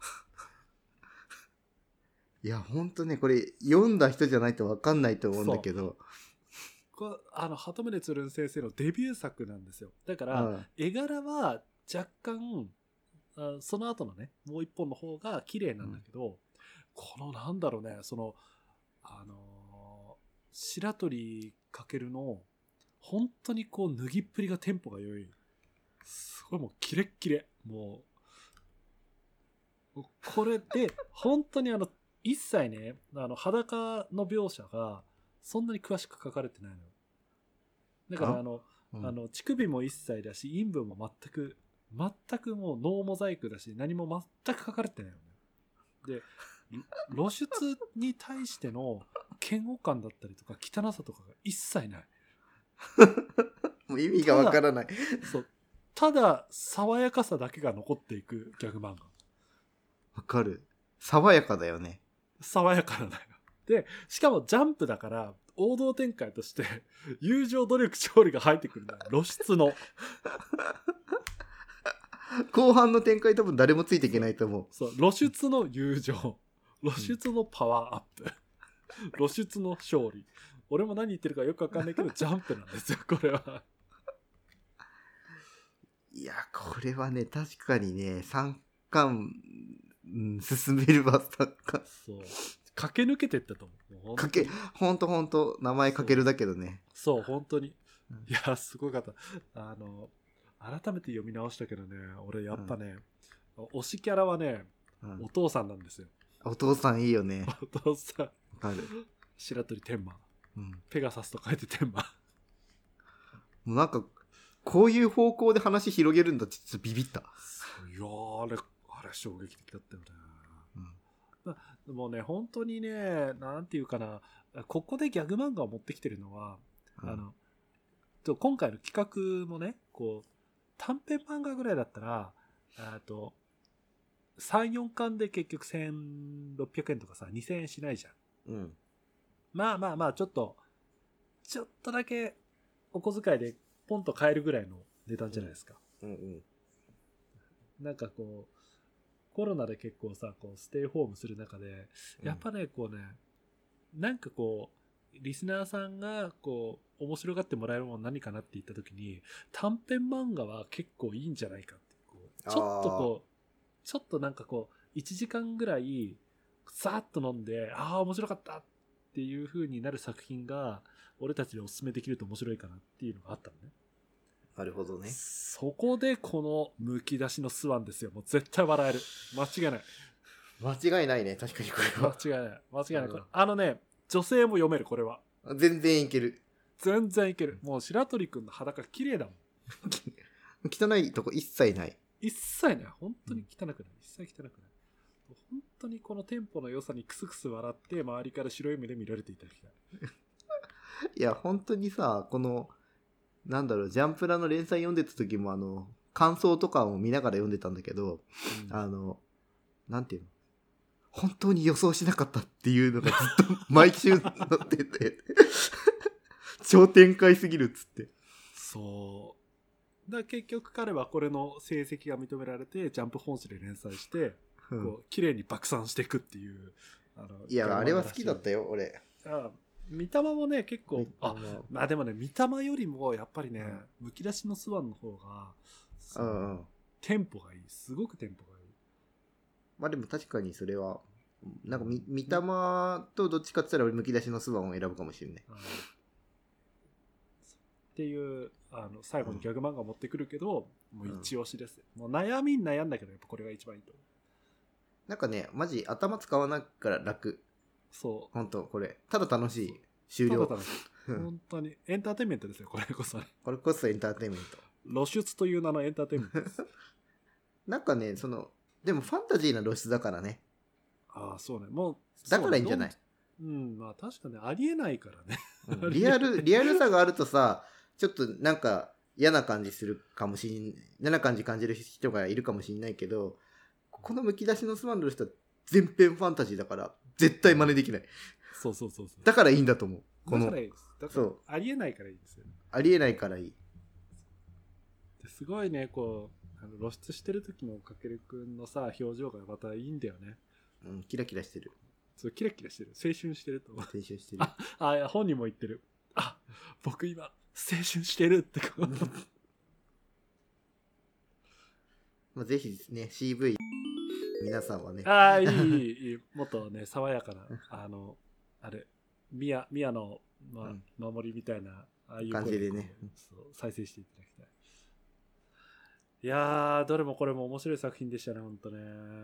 う。いや、本当ね、これ読んだ人じゃないと分かんないと思うんだけど。 これあの、鳩宗つるん先生のデビュー作なんですよ。だから、うん、絵柄は、若干あその後のねもう一本の方が綺麗なんだけど、うん、このなんだろうねそのあのー、白鳥かけるの本当にこう脱ぎっぷりがテンポが良い、すごいもうキレッキレ、もうこれで本当にあの一切ねあの裸の描写がそんなに詳しく書かれてないのよ。だからあのあ、うん、あの乳首も一切だし陰部も全く全くもうノーモザイクだし何も全く書かれてないよね。で露出に対しての嫌悪感だったりとか汚さとかが一切ない。 もう意味がわからない。 そうただ爽やかさだけが残っていくギャグ漫画。 わかる。爽やかだよね。 爽やかなんだよ。でしかもジャンプだから王道展開として友情努力勝利が入ってくるんだよ、露出の。 後半の展開多分誰もついていけないと思う。 そう、露出の友情、露出のパワーアップ、うん、露出の勝利。俺も何言ってるかよくわかんないけどジャンプなんですよこれは。 いやこれはね確かにねさんかん、うん、進めるわさんかん。 そう駆け抜けてったと思う。 かけほんとほんと名前かけるだけどね。 そう、そう本当に、うん、いやすごかった。あの改めて読み直したけどね俺やっぱね、うん、推しキャラはね、うん、お父さんなんですよ。 お父さんいいよね。 お父さんある白鳥天馬、うん、ペガサスと書いて天馬。 もうなんかこういう方向で話広げるんだってちょっとビビった。 いやあれあれ衝撃的だったよね、うん、もうね本当にねなんていうかなここでギャグ漫画を持ってきてるのは、うん、あのと今回の企画もねこう短編漫画ぐらいだったらあとさん、よんかんで結局せんろっぴゃくえんとかさ、にせんえんしないじゃん。 うん。 まあまあまあ、ちょっと、ちょっとだけお小遣いでポンと買えるぐらいの値段じゃないですか。 うんうん。 なんかこう、コロナで結構さ、こう、ステイホームする中で、やっぱね、こうね、なんかこう、リスナーさんが、こう、面白がってもらえるもの何かなって言った時に、短編漫画は結構いいんじゃないかって。こうちょっとこう、ちょっとなんかこう、いちじかんぐらい、さーっと飲んで、ああ、面白かったっていう風になる作品が、俺たちにお勧めできると面白いかなっていうのがあったのね。 なるほどね。 そこでこのむき出しのスワンですよ。もう絶対笑える。間違いない。 間違いないね、確かにこれは。 間違いない。間違いない。 うんこれあのね、女性も読める、これは。 全然いける。 全然いける。もう白鳥くんの裸綺麗だもん。 汚いとこ一切ない。 一切ない。本当に汚くない。一切汚くない。本当にこのテンポの良さにクスクス笑って周りから白い目で見られていただきたい。 いや、本当にさ、この、なんだろう、ジャンプラの連載読んでた時も、あの、感想とかも見ながら読んでたんだけど、 うん、 あの、なんていうの、本当に予想しなかったっていうのがずっと毎週載ってて、超展開すぎるっつって。 そう。だから結局彼はこれの成績が認められて、ジャンプ本誌で連載して、 うん、 こう綺麗に爆散していくっていう。 あのいや、あれは好きだったよ、俺。 あ三玉もね、結構、あ、まあでもね、三玉よりもやっぱりね、うん、むき出しのスワンの方が、 うんうん、 テンポがいい。すごくテンポがいい。 まあでも確かにそれは、なんかみ三玉とどっちかって言ったら俺むき出しのスワンを選ぶかもしれない。 っていう、あの、最後にギャグ漫画を持ってくるけど、うん、もう一押しです。もう悩みに悩んだけど、やっぱこれが一番いいと思う。 なんかね、マジ頭使わないから楽。 そう。 本当これ。ただ楽しい。終了。 ただ楽しい。本当に。エンターテインメントですよ、これこそ。 これこそエンターテインメント。 露出という名のエンターテインメントです。 なんかね、その、でもファンタジーな露出だからね。 ああ、そうね。もう、 だからいいんじゃない？ うん、まあ確かにありえないからね。 うん、リアル、リアルさがあるとさ、ちょっとなんか嫌な感じするかもしん、嫌な感じ感じる人がいるかもしんないけど、このむき出しのスワンの人は全編ファンタジーだから絶対真似できない。 そうそうそうそう。 だからいいんだと思う。 このだからいいです。だからそうありえないからいいですよ、ね。 ありえないからいい。 すごいね、こう、あの露出してる時のかけるくんのさ、表情がまたいいんだよね。 うん、キラキラしてる。 そう、キラキラしてる。青春してると思う。 青春してる。 あ、あ、いや本人も言ってる。あ、僕今、青春してるってこう。 まあぜひね、シーブイ、皆さんはね。 ああ、いい、いい。もっとね、爽やかな、あの、あれ、ミヤ、ミヤの、まあ、守りみたいな、ああいう感じでね、 そう再生していただきたい。いやー、どれもこれも面白い作品でしたね、ほんとね。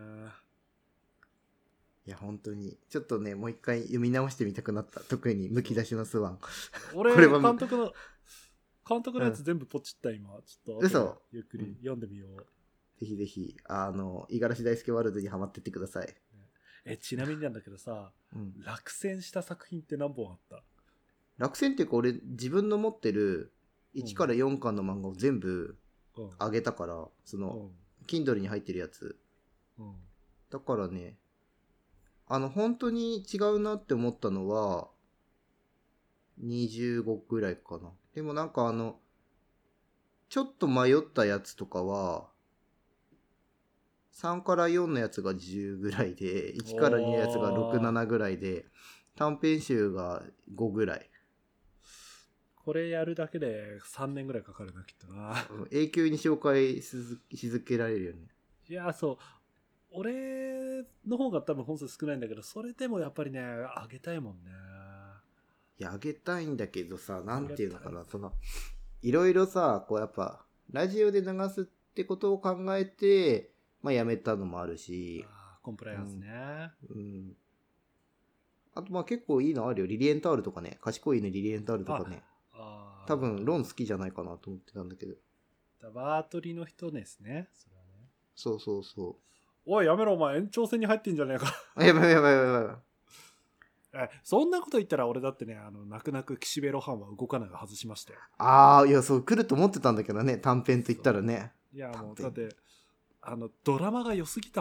いや、本当に。ちょっとね、もう一回読み直してみたくなった。特に、むき出しのスワン。 俺、監督の、監督のやつ全部ポチった今。ちょっと、 嘘ゆっくり読んでみよう。 ぜひぜひ、あの、五十嵐大輔ワールドにハマってってください。 え、ちなみになんだけどさ、うん、落選した作品って何本あった？ 落選っていうか、俺、自分の持ってるいちからよんかんの漫画を全部あげたから、うん、その、うん、Kindle に入ってるやつ。うん、だからね、あの、本当に違うなって思ったのは、にじゅうごぐらいかな。でもなんかあの、ちょっと迷ったやつとかは、さんからよんのやつがじゅうぐらいで、いちからにのやつがろく、ななぐらいで、短編集がごぐらい。 これやるだけでさんねんぐらいかかるな、きっとな。 永久に紹介し続けられるよね。 いや、そう。俺の方が多分本数少ないんだけど、それでもやっぱりね、あげたいもんね。 いや、あげたいんだけどさ、なんていうのかな、その、いろいろさ、こうやっぱ、ラジオで流すってことを考えて、まあやめたのもあるし。 あコンプライアンスね。 うん。うん、あとまあ結構いいのあるよ。リリエンタールとかね。賢い犬リリエンタールとかね。あ多分、ロン好きじゃないかなと思ってたんだけど。 バートリの人ですね。それはね。 そうそうそう。 おい、やめろ、お前、延長戦に入ってんじゃねえか。 やばいやばいやばいやばい。 え、そんなこと言ったら俺だってね、あの、泣く泣く岸辺露伴は動かないが外しましたよ。 ああ、いや、そう、来ると思ってたんだけどね、短編と言ったらね。 いや、もう、だって、あの、ドラマが良すぎたもん。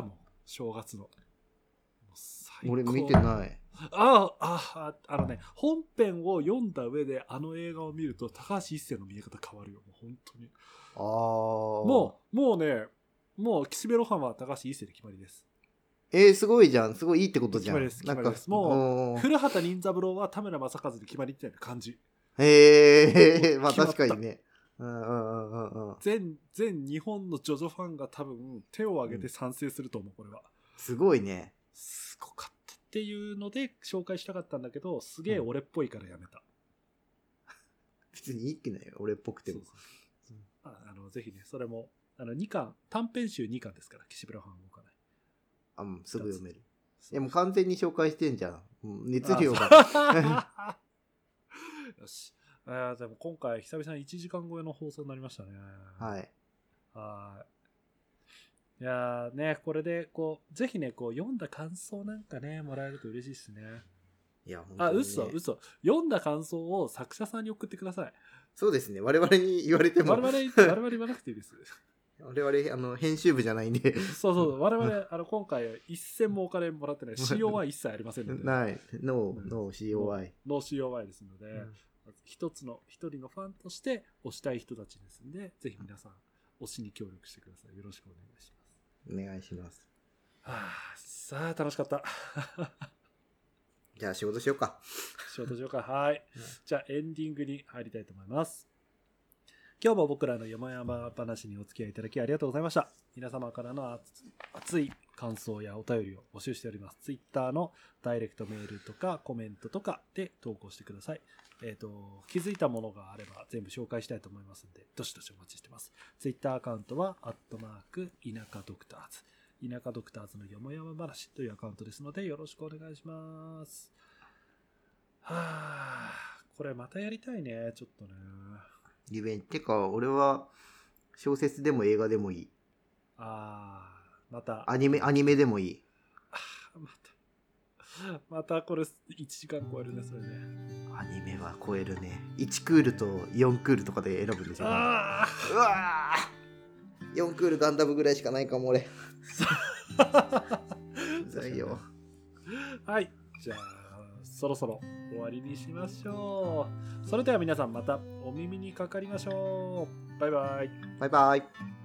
正月の。もう最高。 俺見てない。 ああ、あのね、本編を読んだ上であの映画を見ると高橋一生の見え方変わるよ。もう本当に。 ああ。 もう、もうね、もう岸辺露伴は高橋一生で決まりです。 えー、すごいじゃん。すごいいいってことじゃん。 決まりです。決まりです。もう、古畑任三郎は田村正和で決まりみたいな感じ。 へえ、まあ確かにね。うんうんうんうんうん。 全、全日本のジョジョファンが多分手を挙げて賛成すると思う、これは。 すごいね。 すごかったっていうので紹介したかったんだけど、すげえ俺っぽいからやめた。 うん、別にいいっけないよ、俺っぽくても。そうそうそう、ああのぜひね、それも、あのにかん、短編集にかんですから、岸辺露伴動かない。 あ、もうすぐ読める。いやもう完全に紹介してんじゃん。熱量が。 よし。あ、でも今回久々にいちじかん超えの放送になりましたね。 はい。 はい。いやーね、これでこうぜひね、こう読んだ感想なんかねもらえると嬉しいですね。 いや本当に、ね、 あ、嘘嘘。読んだ感想を作者さんに送ってください。 そうですね。我々に言われても我々我々言わなくていいです。 我々あの編集部じゃないんで。 そうそう、我々あの今回一銭もお金もらってない。シーオーワイ 一切ありませんので。 ない。ノーノー シーオーワイ。 ノー シーオーワイ ですので。 うん、 一つの一人のファンとして推したい人たちですので、ぜひ皆さん推しに協力してください。よろしくお願いします。 お願いします。 はあ、さあ楽しかった。 じゃあ仕事しようか。 仕事しようか。はい。うん、じゃあエンディングに入りたいと思います。今日も僕らの山々話にお付き合いいただきありがとうございました。皆様からの熱い感想やお便りを募集しております。ツイッターのダイレクトメールとかコメントとかで投稿してください。えっと、気づいたものがあれば全部紹介したいと思いますので、どしどしお待ちしてます。ツイッターアカウントは、アットマーク、田舎ドクターズ。田舎ドクターズのよもやま話というアカウントですので、よろしくお願いします。はぁ、これまたやりたいね、ちょっとね。 リベンジ。てか、俺は小説でも映画でもいい。 あー、また。 アニメ、アニメでもいい。 あー、また。またこれいちじかん超えるね、それね。 アニメは超えるね。いちクールとよんクールとかで選ぶんですよ。あー、うわー、よんクールガンダムぐらいしかないかも俺。うざいよ。 はい、じゃあそろそろ終わりにしましょう。それでは皆さんまたお耳にかかりましょう。バイバイ。 バイバイ。